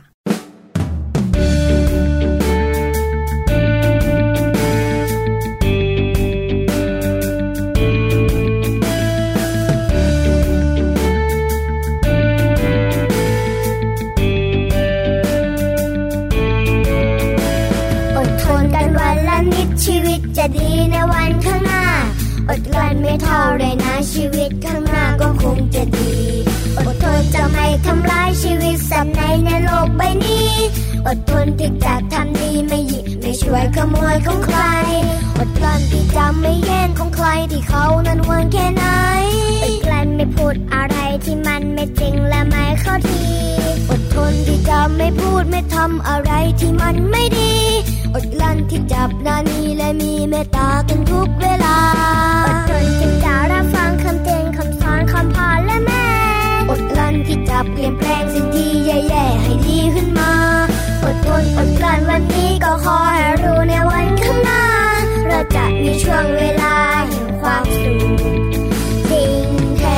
ชีวิตจะดีในวันข้างหน้าอดกลั้นไม่เท่าไรนะชีวิตข้างหน้าก็คงจะดีอดทนจะไม่ทำร้ายชีวิตสัตว์ในโลกใบนี้อดทนที่จะทำดีไม่หยิบไม่ช่วยขโมยของใครอดกลั้นที่จะไม่แย่งของใครที่เขานั้นหวงแค่ไหนอดกลั้นไม่พูดอะไรที่มันไม่จริงและไม่เข้าทีอดทนที่จะไม่พูดไม่ทำอะไรที่มันไม่ดีอดกลั้นที่จับนานีและมีเมตตากันทุกเวลาอดทนที่จะรับฟังคำเตือนคำสอนคำพาและแม่อดกลั้นที่จะเปลี่ยนแปลงสิ่งที่แย่ๆให้ดีขึ้นมาอดทนอดกลั้นวันนี้ก็ขอให้รู้ในวันข้างหน้าเราจะมีช่วงเวลาแห่งความสุขจริงแท้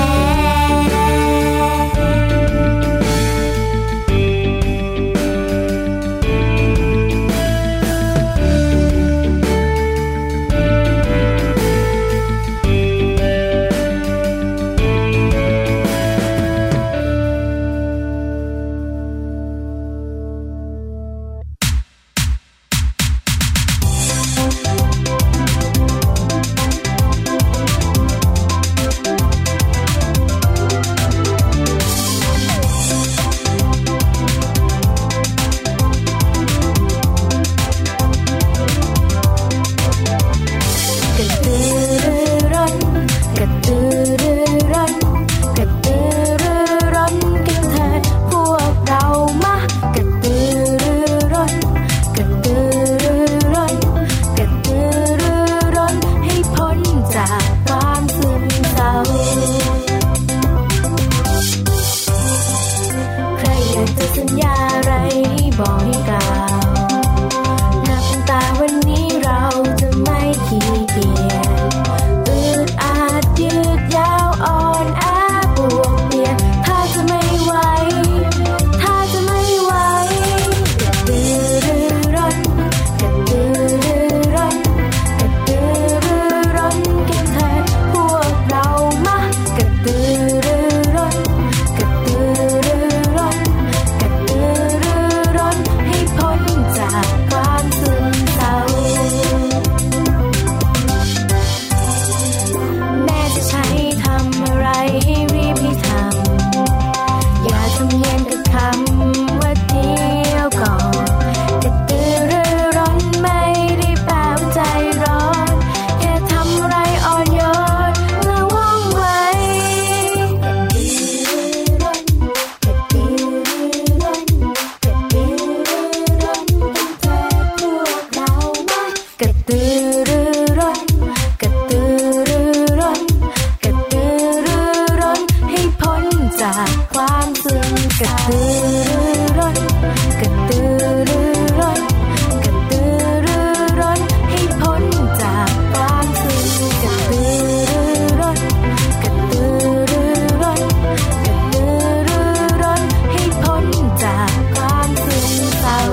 กระตือรือร้นกระตือรือร้นกระตือรือร้นให้พ้นจากความทุกข์กระตือรือร้นกระตือรือร้นกระตือรือร้นให้พ้นจากความทุกข์เศร้า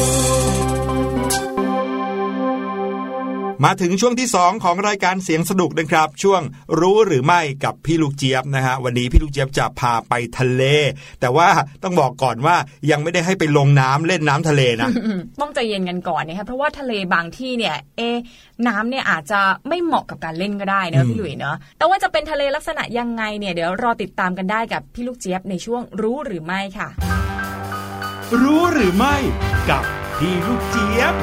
มาถึงช่วงที่2ของรายการเสียงสนุกนะครับช่วงรู้หรือไม่กับพี่ลูกเจี๊ยบนะฮะวันนี้พี่ลูกเจี๊ยบจะพาไปทะเลแต่ว่าต้องบอกก่อนว่ายังไม่ได้ให้ไปลงน้ำเล่นน้ำทะเลนะต้องใจเย็นกันก่อนนะคะเพราะว่าทะเลบางที่เนี่ยน้ำเนี่ยอาจจะไม่เหมาะกับการเล่นก็ได้นะพี่หลุยเนาะแต่ว่าจะเป็นทะเลลักษณะยังไงเนี่ยเดี๋ยวรอติดตามกันได้กับพี่ลูกเจี๊ยบในช่วงรู้หรือไม่ค่ะรู้หรือไม่กับพี่ลูกเจี๊ยบ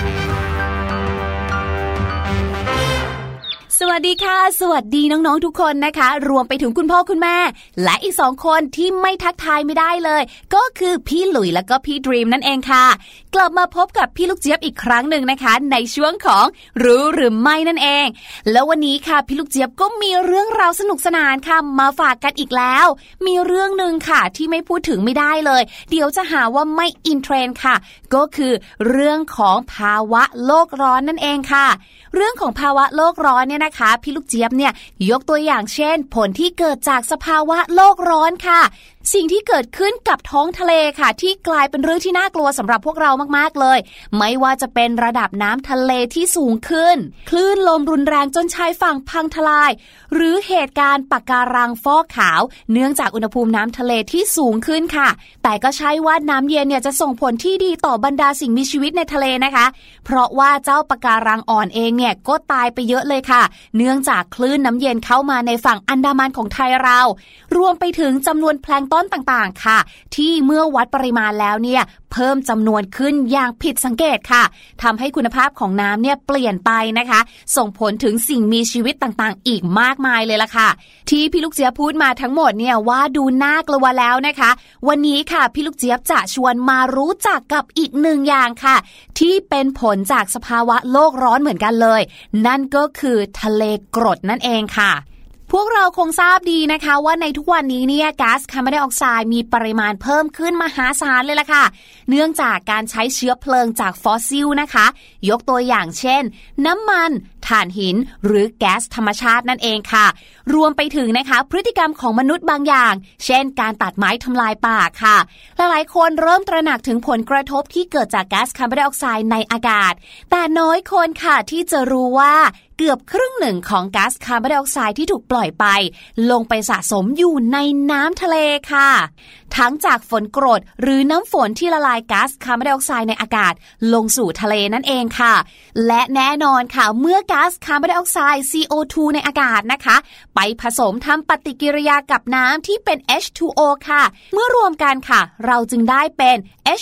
สวัสดีค่ะสวัสดีน้องๆทุกคนนะคะรวมไปถึงคุณพ่อคุณแม่และอีก2คนที่ไม่ทักทายไม่ได้เลยก็คือพี่หลุยและก็พี่ดรีมนั่นเองค่ะกลับมาพบกับพี่ลูกเจี๊ยบอีกครั้งหนึ่งนะคะในช่วงของรู้หรือไม่นั่นเองแล้ววันนี้ค่ะพี่ลูกเจี๊ยบก็มีเรื่องราวสนุกสนานค่ะมาฝากกันอีกแล้วมีเรื่องนึงค่ะที่ไม่พูดถึงไม่ได้เลยเดี๋ยวจะหาว่าไม่อินเทรนด์ค่ะก็คือเรื่องของภาวะโลกร้อนนั่นเองค่ะเรื่องของภาวะโลกร้อนเนี่ยนะคะพี่ลูกเจี๊ยบเนี่ยยกตัวอย่างเช่นผลที่เกิดจากสภาวะโลกร้อนค่ะสิ่งที่เกิดขึ้นกับท้องทะเลค่ะที่กลายเป็นเรื่องที่น่ากลัวสำหรับพวกเรามากๆเลยไม่ว่าจะเป็นระดับน้ำทะเลที่สูงขึ้นคลื่นลมรุนแรงจนชายฝั่งพังทลายหรือเหตุการณ์ปะการังฟอกขาวเนื่องจากอุณหภูมิน้ำทะเลที่สูงขึ้นค่ะแต่ก็ใช่ว่าน้ำเย็นเนี่ยจะส่งผลที่ดีต่อบรรดาสิ่งมีชีวิตในทะเลนะคะเพราะว่าเจ้าปะการังอ่อนเองเนี่ยก็ตายไปเยอะเลยค่ะเนื่องจากคลื่นน้ำเย็นเข้ามาในฝั่งอันดามันของไทยเรารวมไปถึงจำนวนแพลงก์ต้นต่างๆค่ะที่เมื่อวัดปริมาณแล้วเนี่ยเพิ่มจำนวนขึ้นอย่างผิดสังเกตค่ะทำให้คุณภาพของน้ำเนี่ยเปลี่ยนไปนะคะส่งผลถึงสิ่งมีชีวิตต่างๆอีกมากมายเลยล่ะค่ะที่พี่ลูกเจี๊ยบพูดมาทั้งหมดเนี่ยว่าดูน่ากลัวแล้วนะคะวันนี้ค่ะพี่ลูกเจี๊ยบจะชวนมารู้จักกับอีกหนึ่งอย่างค่ะที่เป็นผลจากสภาวะโลกร้อนเหมือนกันเลยนั่นก็คือทะเลกรดนั่นเองค่ะพวกเราคงทราบดีนะคะว่าในทุกวันนี้เนี่ยก๊าซคาร์บอนไดออกไซด์มีปริมาณเพิ่มขึ้นมหาศาลเลยล่ะค่ะเนื่องจากการใช้เชื้อเพลิงจากฟอสซิลนะคะยกตัวอย่างเช่นน้ำมันถ่านหินหรือแก๊สธรรมชาตินั่นเองค่ะรวมไปถึงนะคะพฤติกรรมของมนุษย์บางอย่างเช่นการตัดไม้ทำลายป่าค่ะหลายๆคนเริ่มตระหนักถึงผลกระทบที่เกิดจากก๊าซคาร์บอนไดออกไซด์ในอากาศแต่น้อยคนค่ะที่จะรู้ว่าเกือบครึ่งหนึ่งของก๊าซคาร์บอนไดออกไซด์ที่ถูกปล่อยไปลงไปสะสมอยู่ในน้ำทะเลค่ะทั้งจากฝนกรดหรือน้ำฝนที่ละลายก๊าซคาร์บอนไดออกไซด์ในอากาศลงสู่ทะเลนั่นเองค่ะและแน่นอนค่ะเมื่อก๊าซคาร์บอนไดออกไซด์ CO2 ในอากาศนะคะไปผสมทำปฏิกิริยากับน้ำที่เป็น H2O ค่ะเมื่อรวมกันค่ะเราจึงได้เป็น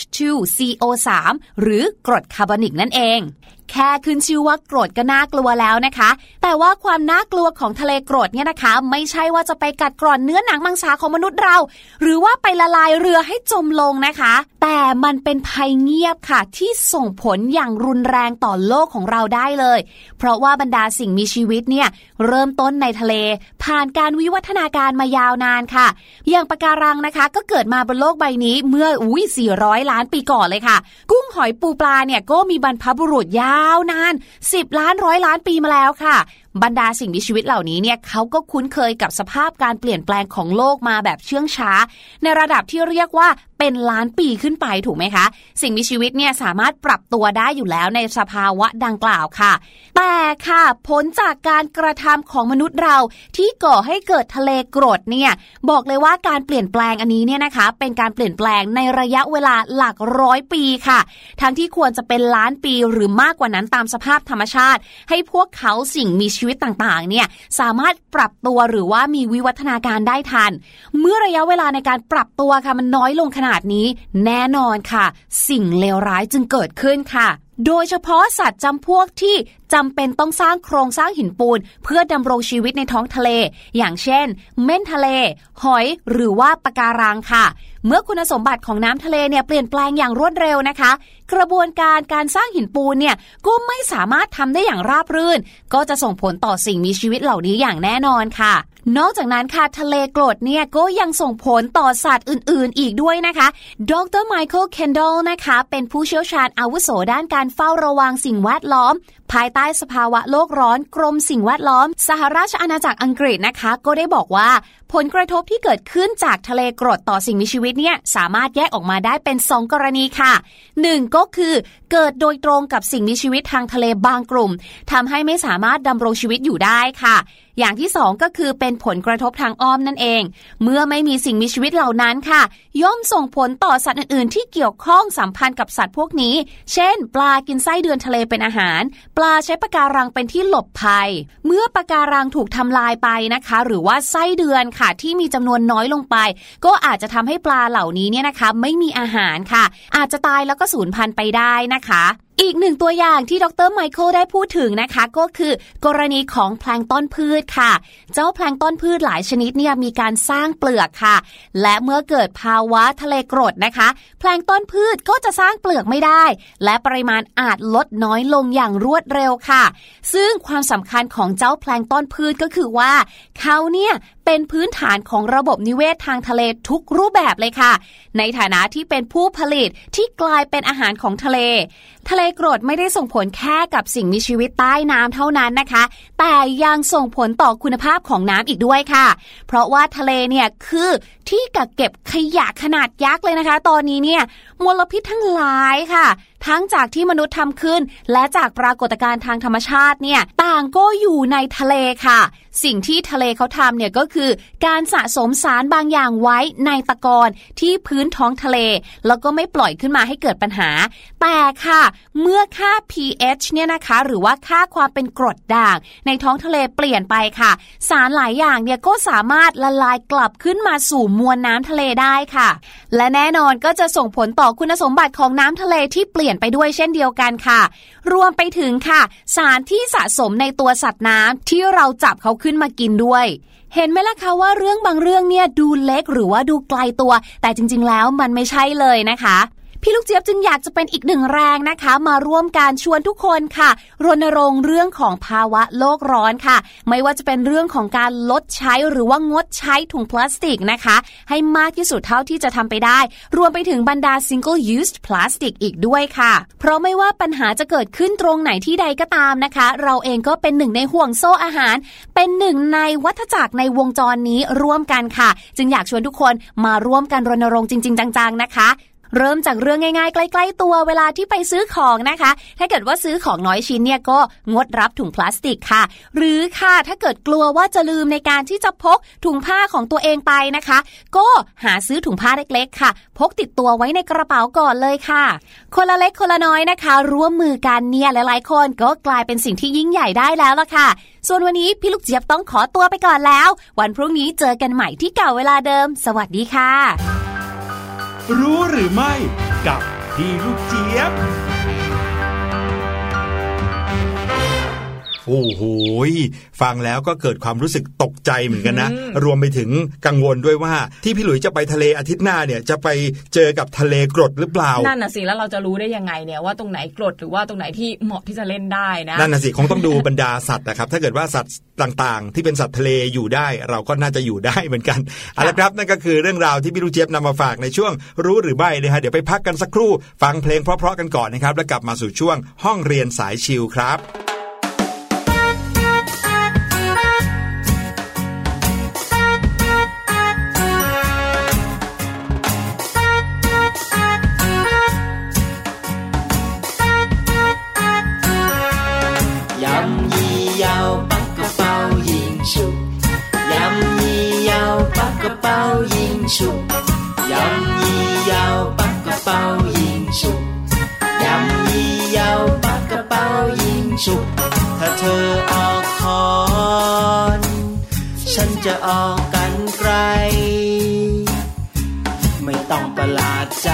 H2CO3 หรือกรดคาร์บอนิกนั่นเองแค่ขึ้นชื่อว่ากรดก็น่ากลัวแล้วนะคะแต่ว่าความน่ากลัวของทะเลกรดเนี่ยนะคะไม่ใช่ว่าจะไปกัดกร่อนเนื้อหนังมังสาของมนุษย์เราหรือว่าไปละลายเรือให้จมลงนะคะแต่มันเป็นภัยเงียบค่ะที่ส่งผลอย่างรุนแรงต่อโลกของเราได้เลยเพราะว่าบรรดาสิ่งมีชีวิตเนี่ยเริ่มต้นในทะเลผ่านการวิวัฒนาการมายาวนานค่ะอย่างปะการังนะคะก็เกิดมาบนโลกใบนี้เมื่อ400 ล้านปีก่อนเลยค่ะกุ้งหอยปูปลาเนี่ยก็มีบรรพบุรุษยาวนาน10 ล้าน100 ล้านปีมาแล้วค่ะบรรดาสิ่งมีชีวิตเหล่านี้เนี่ยเขาก็คุ้นเคยกับสภาพการเปลี่ยนแปลงของโลกมาแบบเชื่องช้าในระดับที่เรียกว่าเป็นล้านปีขึ้นไปถูกไหมคะสิ่งมีชีวิตเนี่ยสามารถปรับตัวได้อยู่แล้วในสภาวะดังกล่าวค่ะแต่ค่ะผลจากการกระทำของมนุษย์เราที่ก่อให้เกิดทะเลกรดเนี่ยบอกเลยว่าการเปลี่ยนแปลงอันนี้เนี่ยนะคะเป็นการเปลี่ยนแปลงในระยะเวลาหลักร้อยปีค่ะทั้งที่ควรจะเป็นล้านปีหรือมากกว่านั้นตามสภาพธรรมชาติให้พวกเขาสิ่งมีชีวิตต่างๆเนี่ยสามารถปรับตัวหรือว่ามีวิวัฒนาการได้ทันเมื่อระยะเวลาในการปรับตัวค่ะมันน้อยลงขนาดนี้แน่นอนค่ะสิ่งเลวร้ายจึงเกิดขึ้นค่ะโดยเฉพาะสัตว์จำพวกที่จำเป็นต้องสร้างโครงสร้างหินปูนเพื่อดำรงชีวิตในท้องทะเลอย่างเช่นเม่นทะเลหอยหรือว่าปะการังค่ะเมื่อคุณสมบัติของน้ำทะเลเนี่ยเปลี่ยนแปลงอย่างรวดเร็วนะคะกระบวนการสร้างหินปูนเนี่ยก็ไม่สามารถทำได้อย่างราบรื่นก็จะส่งผลต่อสิ่งมีชีวิตเหล่านี้อย่างแน่นอนค่ะนอกจากนั้นค่ะทะเลกรดเนี่ยก็ยังส่งผลต่อสัตว์อื่นๆอีกด้วยนะคะดร. ไมเคิล เคนดอลนะคะเป็นผู้เชี่ยวชาญอาวุโสด้านการเฝ้าระวังสิ่งแวดล้อมภายใต้สภาวะโลกร้อนกรมสิ่งแวดล้อมสหราชอาณาจักรอังกฤษนะคะก็ได้บอกว่าผลกระทบที่เกิดขึ้นจากทะเลกรดต่อสิ่งมีชีวิตเนี่ยสามารถแยกออกมาได้เป็น2กรณีค่ะ1ก็คือเกิดโดยตรงกับสิ่งมีชีวิตทางทะเลบางกลุ่มทำให้ไม่สามารถดำรงชีวิตอยู่ได้ค่ะอย่างที่2ก็คือเป็นผลกระทบทางอ้อมนั่นเองเมื่อไม่มีสิ่งมีชีวิตเหล่านั้นค่ะย่อมส่งผลต่อสัตว์อื่นๆที่เกี่ยวข้องสัมพันธ์กับสัตว์พวกนี้เช่นปลากินไส้เดือนทะเลเป็นอาหารปลาใช้ปะการังเป็นที่หลบภัยเมื่อปะการังถูกทำลายไปนะคะหรือว่าไส้เดือนค่ะที่มีจำนวนน้อยลงไปก็อาจจะทำให้ปลาเหล่านี้เนี่ยนะคะไม่มีอาหารค่ะอาจจะตายแล้วก็สูญพันธุ์ไปได้นะคะอีกหนึ่งตัวอย่างที่ดร. ไมเคิลได้พูดถึงนะคะก็คือกรณีของแพลงก์ต้นพืชค่ะเจ้าแพลงก์ต้นพืชหลายชนิดเนี่ยมีการสร้างเปลือกค่ะและเมื่อเกิดภาวะทะเลกรดนะคะแพลงก์ต้นพืชก็จะสร้างเปลือกไม่ได้และปริมาณอาจลดน้อยลงอย่างรวดเร็วค่ะซึ่งความสำคัญของเจ้าแพลงก์ต้นพืชก็คือว่าเขาเนี่ยเป็นพื้นฐานของระบบนิเวศทางทะเลทุกรูปแบบเลยค่ะในฐานะที่เป็นผู้ผลิตที่กลายเป็นอาหารของทะเลกรดไม่ได้ส่งผลแค่กับสิ่งมีชีวิตใต้น้ำเท่านั้นนะคะแต่ยังส่งผลต่อคุณภาพของน้ำอีกด้วยค่ะเพราะว่าทะเลเนี่ยคือที่กักเก็บขยะขนาดยักษ์เลยนะคะตอนนี้เนี่ยมลพิษทั้งหลายค่ะทั้งจากที่มนุษย์ทำขึ้นและจากปรากฏการณ์ทางธรรมชาติเนี่ยต่างก็อยู่ในทะเลค่ะสิ่งที่ทะเลเขาทำเนี่ยก็คือการสะสมสารบางอย่างไว้ในตะกอนที่พื้นท้องทะเลแล้วก็ไม่ปล่อยขึ้นมาให้เกิดปัญหาแต่ค่ะเมื่อค่า pH เนี่ยนะคะหรือว่าค่าความเป็นกรดด่างในท้องทะเลเปลี่ยนไปค่ะสารหลายอย่างเนี่ยก็สามารถละลายกลับขึ้นมาสู่มวลน้ำทะเลได้ค่ะและแน่นอนก็จะส่งผลต่อคุณสมบัติของน้ำทะเลที่เปลี่ยนไปด้วยเช่นเดียวกันค่ะรวมไปถึงค่ะสารที่สะสมในตัวสัตว์น้ำที่เราจับเขาขึ้นมากินด้วยเห็นไหมล่ะคะว่าเรื่องบางเรื่องเนี่ยดูเล็กหรือว่าดูไกลตัวแต่จริงๆแล้วมันไม่ใช่เลยนะคะพี่ลูกเจี๊ยบจึงอยากจะเป็นอีกหนึ่งแรงนะคะมาร่วมการชวนทุกคนค่ะรณรงค์เรื่องของภาวะโลกร้อนค่ะไม่ว่าจะเป็นเรื่องของการลดใช้หรือว่างดใช้ถุงพลาสติกนะคะให้มากที่สุดเท่าที่จะทำไปได้รวมไปถึงบรรดา single use plastic อีกด้วยค่ะเพราะไม่ว่าปัญหาจะเกิดขึ้นตรงไหนที่ใดก็ตามนะคะเราเองก็เป็นหนึ่งในห่วงโซ่อาหารเป็นหนึ่งในวัฏจักรในวงจรนี้ร่วมกันค่ะจึงอยากชวนทุกคนมาร่วมกันรณรงค์จริงๆจังๆนะคะเริ่มจากเรื่องง่ายๆใกล้ๆตัวเวลาที่ไปซื้อของนะคะถ้าเกิดว่าซื้อของน้อยชิ้นเนี่ยก็งดรับถุงพลาสติกค่ะหรือค่ะถ้าเกิดกลัวว่าจะลืมในการที่จะพกถุงผ้าของตัวเองไปนะคะก็หาซื้อถุงผ้าเล็กๆค่ะพกติดตัวไว้ในกระเป๋าก่อนเลยค่ะคนละเล็กคนละน้อยนะคะร่วมมือกันเนี่ยหลายๆคนก็กลายเป็นสิ่งที่ยิ่งใหญ่ได้แล้วล่ะค่ะส่วนวันนี้พี่ลูกเจี๊ยบต้องขอตัวไปก่อนแล้ววันพรุ่งนี้เจอกันใหม่ที่เก่าเวลาเดิมสวัสดีค่ะรู้หรือไม่กับพี่ลูกเจี๊ยบโอ้โหฟังแล้วก็เกิดความรู้สึกตกใจเหมือนกันนะรวมไปถึงกังวลด้วยว่าที่พี่หลุยจะไปทะเลอาทิตย์หน้าเนี่ยจะไปเจอกับทะเลกรดหรือเปล่านั่นน่ะสิแล้วเราจะรู้ได้ยังไงเนี่ยว่าตรงไหนกรดหรือว่าตรงไหนที่เหมาะที่จะเล่นได้นะนั่นน่ะสิคงต้องดูบรรดาสัตว์นะครับถ้าเกิดว่าสัตว์ต่างๆที่เป็นสัตว์ทะเลอยู่ได้เราก็น่าจะอยู่ได้เหมือนกันเอาละครับนั่นก็คือเรื่องราวที่พี่ลูกเจี๊ยบนำมาฝากในช่วงรู้หรือไม่นะฮะเดี๋ยวไปพักกันสักครู่ฟังเพลงเพราะๆกันก่อนนะครับแล้วกลับมาสู่ช่วงห้องเรียนสายชิลครับ任意又不個包現熟，任意又不個包現熟。ถ้าเธอออกคอนฉันจะออกกันไกลไม่ต้องประหลาดใจ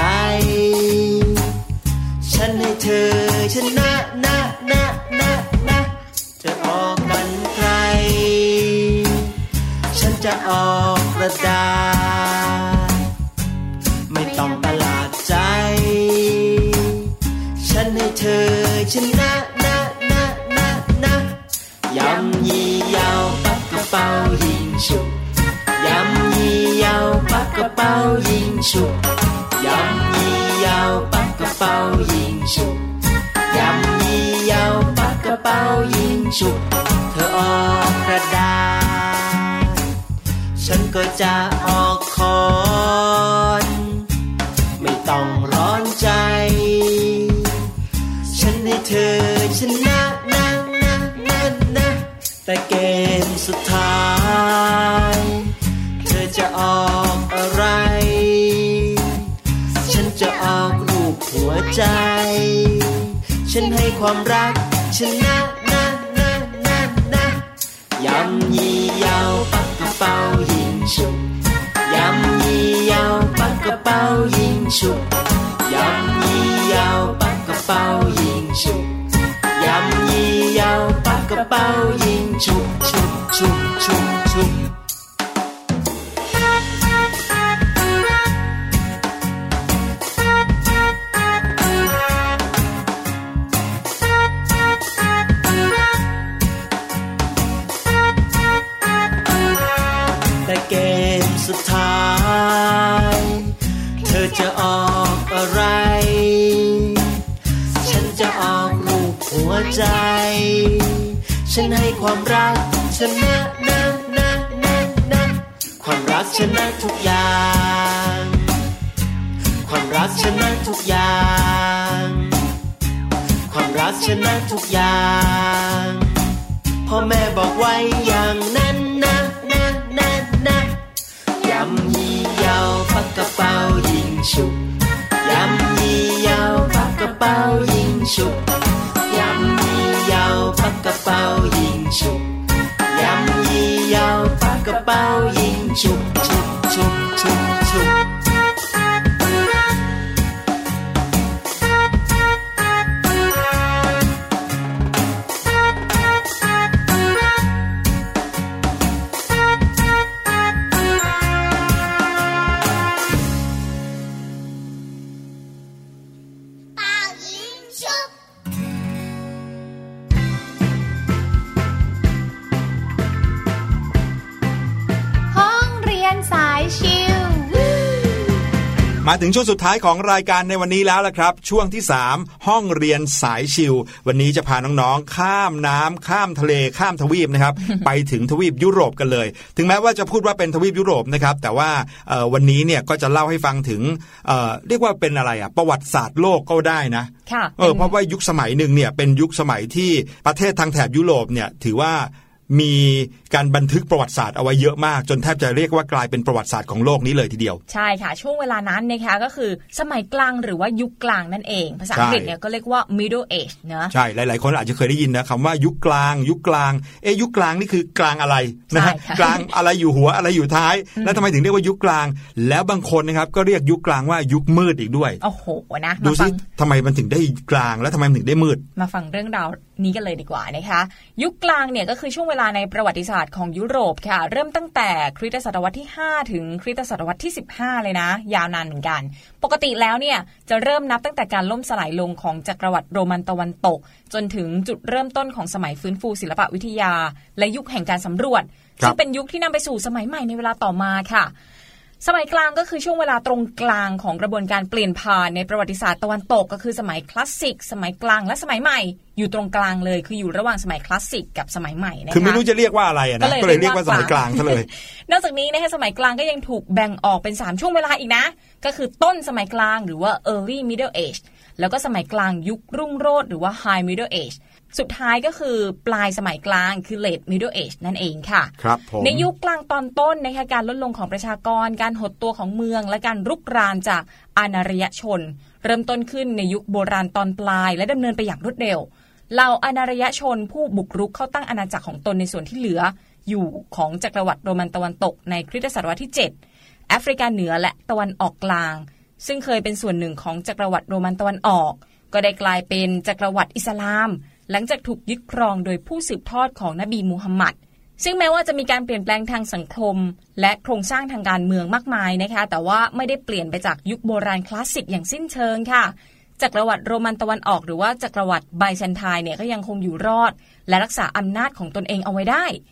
ฉันให้เธอชนะนะจะออกกันไกลฉันจะออกกระดาษไม่ต้องประหลาดใจฉันให้เธอชนะนะยำยี่ยาวปักกระเป๋ายิงฉุบยำยี่ยาวปักกระเป๋ายิงฉุบยำยี่ยาวปักกระเป๋ายิงฉุบยำยี่ยาวปักกระเป๋ายิงฉุบเธอออกกระดาษฉันก็จะออกคอนไม่ต้องร้อนใจฉันให้เธอชนะแต่เกมสุดท้ายเธอจะออกอะไรฉันจะออกรูปหัวใจฉันให้ความรักชนะยำยี่ยาวปักกระเป๋ายิงฉุบยำยี่ยาวปักกระเป๋ายิงฉุบยำยี่ยาวปักกระเป๋ายิงฉุบยำยี่ยาวปักกระเป๋ายิงฉุบฉุบฉุบฉุบฉุบแต่เกมสุดท้ายเธอจะออกอะไรฉันจะออกรูปหัวใจฉันให้ความรักชนะความรักชนะทุกอย่างความรักชนะทุกอย่างความรักชนะทุกอย่างพ่อแม่บอกไว้อย่างนั้นนะยำยี่ยาวปักกระเป๋ายิงฉุบยำยี่ยาวปักกระเป๋ายิงฉุบยำยี่ยาวปักกระเป๋ายิงฉุบยำยี่ยาวปักกระเป๋ายิงฉุบฉุบฉุบฉุบฉุบมาถึงช่วงสุดท้ายของรายการในวันนี้แล้วล่ะครับช่วงที่3ห้องเรียนสายชิลวันนี้จะพาน้องๆข้ามน้ำข้ามทะเลข้ามทวีปนะครับ ไปถึงทวีปยุโรปกันเลยถึงแม้ว่าจะพูดว่าเป็นทวีปยุโรปนะครับแต่ว่าวันนี้เนี่ยก็จะเล่าให้ฟังถึงเรียกว่าเป็นอะไรประวัติศาสตร์โลกก็ได้นะเพราะว่ายุคสมัยหนึ่งเนี่ยเป็นยุคสมัยที่ประเทศทางแถบยุโรปเนี่ยถือว่ามีการบันทึกประวัติศาสตร์เอาไว้เยอะมากจนแทบจะเรียกว่ากลายเป็นประวัติศาสตร์ของโลกนี้เลยทีเดียวใช่ค่ะช่วงเวลานั้นนะคะก็คือสมัยกลางหรือว่ายุคกลางนั่นเองภาษาอังกฤษเนี่ยก็เรียกว่า Middle Age นะใช่หลายๆคนอาจจะเคยได้ยินนะคำว่ายุคกลางยุคกลางยุคกลางนี่คือกลางอะไรนะฮะกลางอะไรอยู่หัวอะไรอยู่ท้ายแล้วทำไมถึงเรียกว่ายุคกลางแล้วบางคนนะครับก็เรียกยุคกลางว่ายุคมืดอีกด้วยโอ้โหนะดูสิทำไมมันถึงได้กลางแล้วทำไมมันถึงได้มืดมาฟังเรื่องราวนี้กันเลยดีกว่านะคะยุคกลางเนี่ยก็คือช่วงเวลาในประวัติศาสตร์ของยุโรปค่ะเริ่มตั้งแต่คริสตศตวรรษที่5ถึงคริสตศตวรรษที่15เลยนะยาวนานเหมือนกันปกติแล้วเนี่ยจะเริ่มนับตั้งแต่การล่มสลายลงของจักรวรรดิโรมันตะวันตกจนถึงจุดเริ่มต้นของสมัยฟื้นฟูศิลปวิทยาและยุคแห่งการสำรวจซึ่งเป็นยุคที่นำไปสู่สมัยใหม่ในเวลาต่อมาค่ะสมัยกลางก็คือช่วงเวลาตรงกลางของกระบวนการเปลี่ยนผ่านในประวัติศาสตร์ตะวันตกก็คือสมัยคลาสสิกสมัยกลางและสมัยใหม่อยู่ตรงกลางเลยคืออยู่ระหว่างสมัยคลาสสิกกับสมัยใหม่นะคะคือไม่รู้จะเรียกว่าอะไรนะก็เลยเรียกว่าสมัยกลางซะเลยนอกจากนี้นะคะสมัยกลางก็ยังถูกแบ่งออกเป็น3ช่วงเวลาอีกนะก็คือต้นสมัยกลางหรือว่า early middle age แล้วก็สมัยกลางยุครุ่งโรจน์หรือว่า high middle ageสุดท้ายก็คือปลายสมัยกลางคือ late middle age นั่นเองค่ะครับผมในยุคกลางตอนต้นนะคะการลดลงของประชากรการหดตัวของเมืองและการรุกรานจากอาณาริยชนเริ่มต้นขึ้นในยุคโบราณตอนปลายและดำเนินไปอย่างรวดเร็วเหล่าอาณาริยชนผู้บุกรุกเข้าตั้งอาณาจักรของตนในส่วนที่เหลืออยู่ของจักรวรรดิโรมันตะวันตกในคริสตศตวรรษที่7แอฟริกาเหนือและตะวันออกกลางซึ่งเคยเป็นส่วนหนึ่งของจักรวรรดิโรมันตะวันออกก็ได้กลายเป็นจักรวรรดิอิสลามหลังจากถูกยึดครองโดยผู้สืบทอดของนบีมูฮัมหมัดซึ่งแม้ว่าจะมีการเปลี่ยนแปลงทางสังคมและโครงสร้างทางการเมืองมากมายนะคะแต่ว่าไม่ได้เปลี่ยนไปจากยุคโบราณคลาสสิกอย่างสิ้นเชิงค่ะจักรวรรดิโรมันตะวันออกหรือว่าจักรวรรดิไบแซนไทน์เนี่ยก็ยังคงอยู่รอดและรักษาอำนาจของตนเองเอาไว้ได้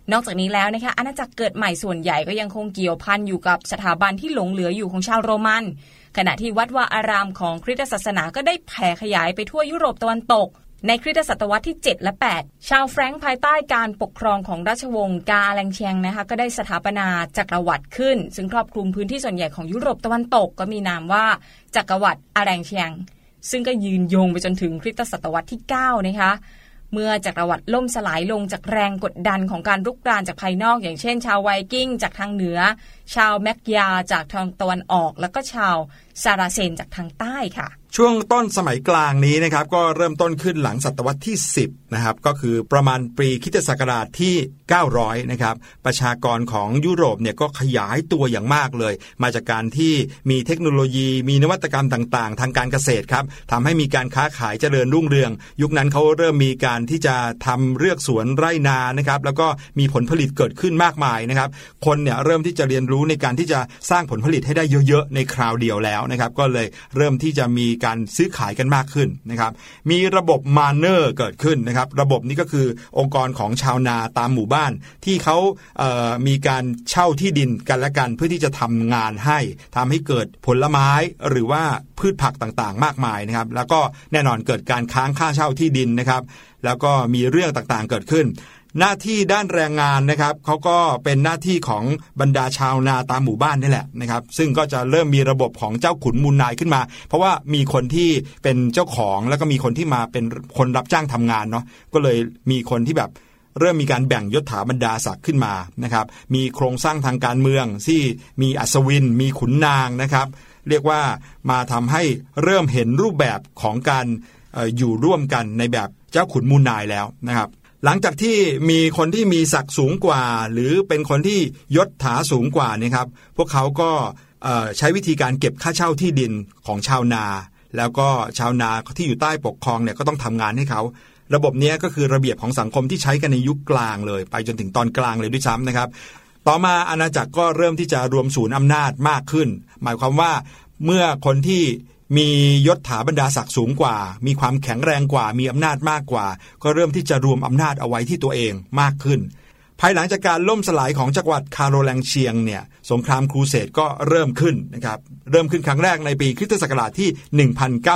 นอกจากนี้แล้วนะคะอาณาจักรเกิดใหม่ส่วนใหญ่ก็ยังคงเกี่ยวพันอยู่กับสถาบันที่หลงเหลืออยู่ของชาวโรมันขณะที่วัดวาอารามของคริสตศาสนาก็ได้แผ่ขยายไปทั่วยุโรปตะวันตกในคริสตศตวรรษที่7และ8ชาวแฟรงก์ภายใต้การปกครองของราชวงศ์กาแลงเชียงนะคะก็ได้สถาปนาจักรวรรดิขึ้นซึ่งครอบคลุมพื้นที่ส่วนใหญ่ของยุโรปตะวันตกก็มีนามว่าจักรวรรดิอาแรงเชียงซึ่งก็ยืนยงไปจนถึงคริสตศตวรรษที่9นะคะเมื่อจักรวรรดิล่มสลายลงจากแรงกดดันของการรุกรานจากภายนอกอย่างเช่นชาวไวกิ้งจากทางเหนือชาวแมกยาจากทางตะวันออกแล้วก็ชาวซาราเซนจากทางใต้ค่ะช่วงต้นสมัยกลางนี้นะครับก็เริ่มต้นขึ้นหลังศตวรรษที่10นะครับก็คือประมาณปีคริสตศักราชที่900นะครับประชากรของยุโรปเนี่ยก็ขยายตัวอย่างมากเลยมาจากการที่มีเทคโนโลยีมีนวัตกรรมต่างๆทางการเกษตรครับทำให้มีการค้าขายเจริญรุ่งเรืองยุคนั้นเขาเริ่มมีการที่จะทำเรือกสวนไร่นานะครับแล้วก็มีผลผลิตเกิดขึ้นมากมายนะครับคนเนี่ยเริ่มที่จะเรียนรู้ในการที่จะสร้างผลผลิตให้ได้เยอะๆในคราวเดียวแล้วนะครับก็เลยเริ่มที่จะมีการซื้อขายกันมากขึ้นนะครับมีระบบมาเนอร์เกิดขึ้นนะครับระบบนี้ก็คือองค์กรของชาวนาตามหมู่บ้านที่เขามีการเช่าที่ดินกันและกันเพื่อที่จะทำงานให้ทำให้เกิดผลไม้หรือว่าพืชผักต่างๆมากมายนะครับแล้วก็แน่นอนเกิดการค้างค่าเช่าที่ดินนะครับแล้วก็มีเรื่องต่างๆเกิดขึ้นหน้าที่ด้านแรงงานนะครับเขาก็เป็นหน้าที่ของบรรดาชาวนาตามหมู่บ้านนี่แหละนะครับซึ่งก็จะเริ่มมีระบบของเจ้าขุนมูลนายขึ้นมาเพราะว่ามีคนที่เป็นเจ้าของแล้วก็มีคนที่มาเป็นคนรับจ้างทำงานเนาะก็เลยมีคนที่แบบเริ่มมีการแบ่งยศถาบรรดาศักดิ์ขึ้นมานะครับมีโครงสร้างทางการเมืองที่มีอัศวินมีขุนนางนะครับเรียกว่ามาทำให้เริ่มเห็นรูปแบบของการอยู่ร่วมกันในแบบเจ้าขุนมูลนายแล้วนะครับหลังจากที่มีคนที่มีศักดิ์สูงกว่าหรือเป็นคนที่ยศถาสูงกว่านี่ครับพวกเขาก็ใช้วิธีการเก็บค่าเช่าที่ดินของชาวนาแล้วก็ชาวนาที่อยู่ใต้ปกครองเนี่ยก็ต้องทำงานให้เขาระบบนี้ก็คือระเบียบของสังคมที่ใช้กันในยุคกลางเลยไปจนถึงตอนกลางเลยด้วยซ้ำนะครับต่อมาอาณาจักรก็เริ่มที่จะรวมศูนย์อำนาจมากขึ้นหมายความว่าเมื่อคนที่มียศถาบรรดาศักดิ์สูงกว่ามีความแข็งแรงกว่ามีอำนาจมากกว่าก็เริ่มที่จะรวมอำนาจเอาไว้ที่ตัวเองมากขึ้นภายหลังจากการล่มสลายของจักรวรรดิคาโรแลงเชียงเนี่ยสงครามครูเสดก็เริ่มขึ้นนะครับเริ่มขึ้นครั้งแรกในปีคริสตศักราชที่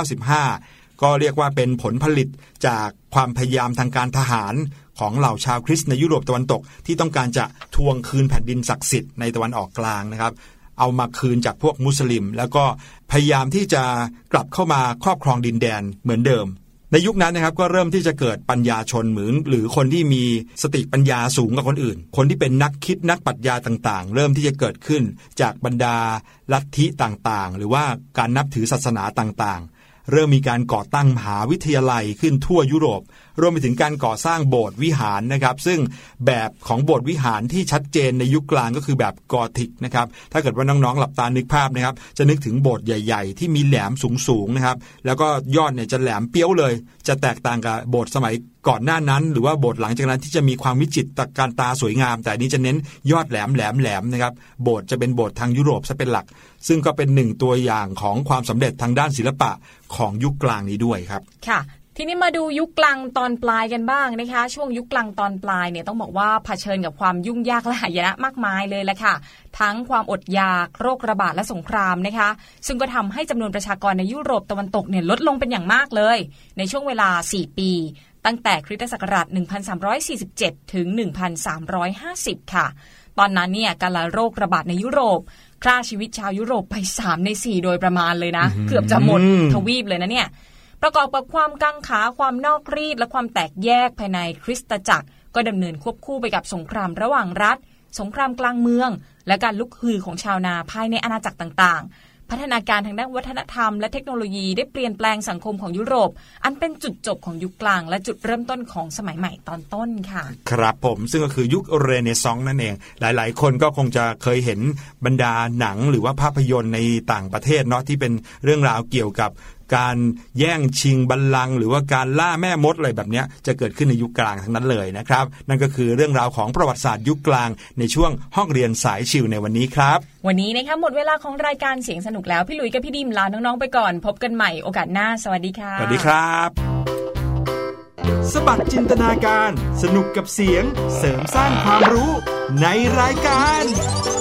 1095ก็เรียกว่าเป็นผลผลิตจากความพยายามทางการทหารของเหล่าชาวคริสต์ในยุโรปตะวันตกที่ต้องการจะทวงคืนแผ่นดินศักดิ์สิทธิ์ในตะวันออกกลางนะครับเอามาคืนจากพวกมุสลิมแล้วก็พยายามที่จะกลับเข้ามาครอบครองดินแดนเหมือนเดิมในยุคนั้นนะครับก็เริ่มที่จะเกิดปัญญาชนหรือคนที่มีสติปัญญาสูงกว่าคนอื่นคนที่เป็นนักคิดนักปรัชญาต่างๆเริ่มที่จะเกิดขึ้นจากบรรดาลัทธิต่างๆหรือว่าการนับถือศาสนาต่างๆเริ่มมีการก่อตั้งมหาวิทยาลัยขึ้นทั่วยุโรปรวมไปถึงการก่อสร้างโบสถ์วิหารนะครับซึ่งแบบของโบสถ์วิหารที่ชัดเจนในยุคกลางก็คือแบบกอธิกนะครับถ้าเกิดว่าน้องๆหลับตานึกภาพนะครับจะนึกถึงโบสถ์ใหญ่ๆที่มีแหลมสูงๆนะครับแล้วก็ยอดเนี่ยจะแหลมเปี้ยวเลยจะแตกต่างกับโบสถ์สมัยก่อนหน้านั้นหรือว่าโบสถ์หลังจากนั้นที่จะมีความวิจิตรการตาสวยงามแต่นี้จะเน้นยอดแหลมนะครับโบสถ์จะเป็นโบสถ์ทางยุโรปซะเป็นหลักซึ่งก็เป็นหนึ่งตัวอย่างของความสำเร็จทางด้านศิลปะของยุคกลางนี้ด้วยครับค่ะทีนี้มาดูยุคกลางตอนปลายกันบ้างนะคะช่วงยุคกลางตอนปลายเนี่ยต้องบอกว่าเผชิญกับความยุ่งยากและหายนะมากมายเลยแหละค่ะทั้งความอดอยากโรคระบาดและสงครามนะคะซึ่งก็ทำให้จำนวนประชากรในยุโรปตะวันตกเนี่ยลดลงเป็นอย่างมากเลยในช่วงเวลา4ปีตั้งแต่คริสตศักราช1347ถึง1350ค่ะตอนนั้นเนี่ยการโรคระบาดในยุโรปฆ่าชีวิตชาวยุโรปไป3ใน4โดยประมาณเลยนะเกือบจะหมดทวีปเลยนะเนี่ยประกอบกับความกังขาความนอกรีดและความแตกแยกภายในคริสตจักรก็ดำเนินควบคู่ไปกับสงครามระหว่างรัฐสงครามกลางเมืองและการลุกฮือของชาวนาภายในอาณาจักรต่างๆพัฒนาการทางด้านวัฒนธรรมและเทคโนโลยีได้เปลี่ยนแปลงสังคมของยุโรปอันเป็นจุดจบของยุคกลางและจุดเริ่มต้นของสมัยใหม่ตอนต้นค่ะครับผมซึ่งก็คือยุคเรเนซองส์นั่นเองหลายๆคนก็คงจะเคยเห็นบรรดาหนังหรือว่าภาพยนตร์ในต่างประเทศเนาะที่เป็นเรื่องราวเกี่ยวกับการแย่งชิงบัลลังก์หรือว่าการล่าแม่มดอะไรแบบนี้จะเกิดขึ้นในยุคกลางทั้งนั้นเลยนะครับนั่นก็คือเรื่องราวของประวัติศาสตร์ยุคกลางในช่วงห้องเรียนสายชิลในวันนี้ครับวันนี้นะคะหมดเวลาของรายการเสียงสนุกแล้วพี่หลุยส์กับพี่ดิมลาน้องๆไปก่อนพบกันใหม่โอกาสหน้าสวัสดีค่ะสวัสดีครับสบัดจินตนาการสนุกกับเสียงเสริมสร้างความรู้ในรายการ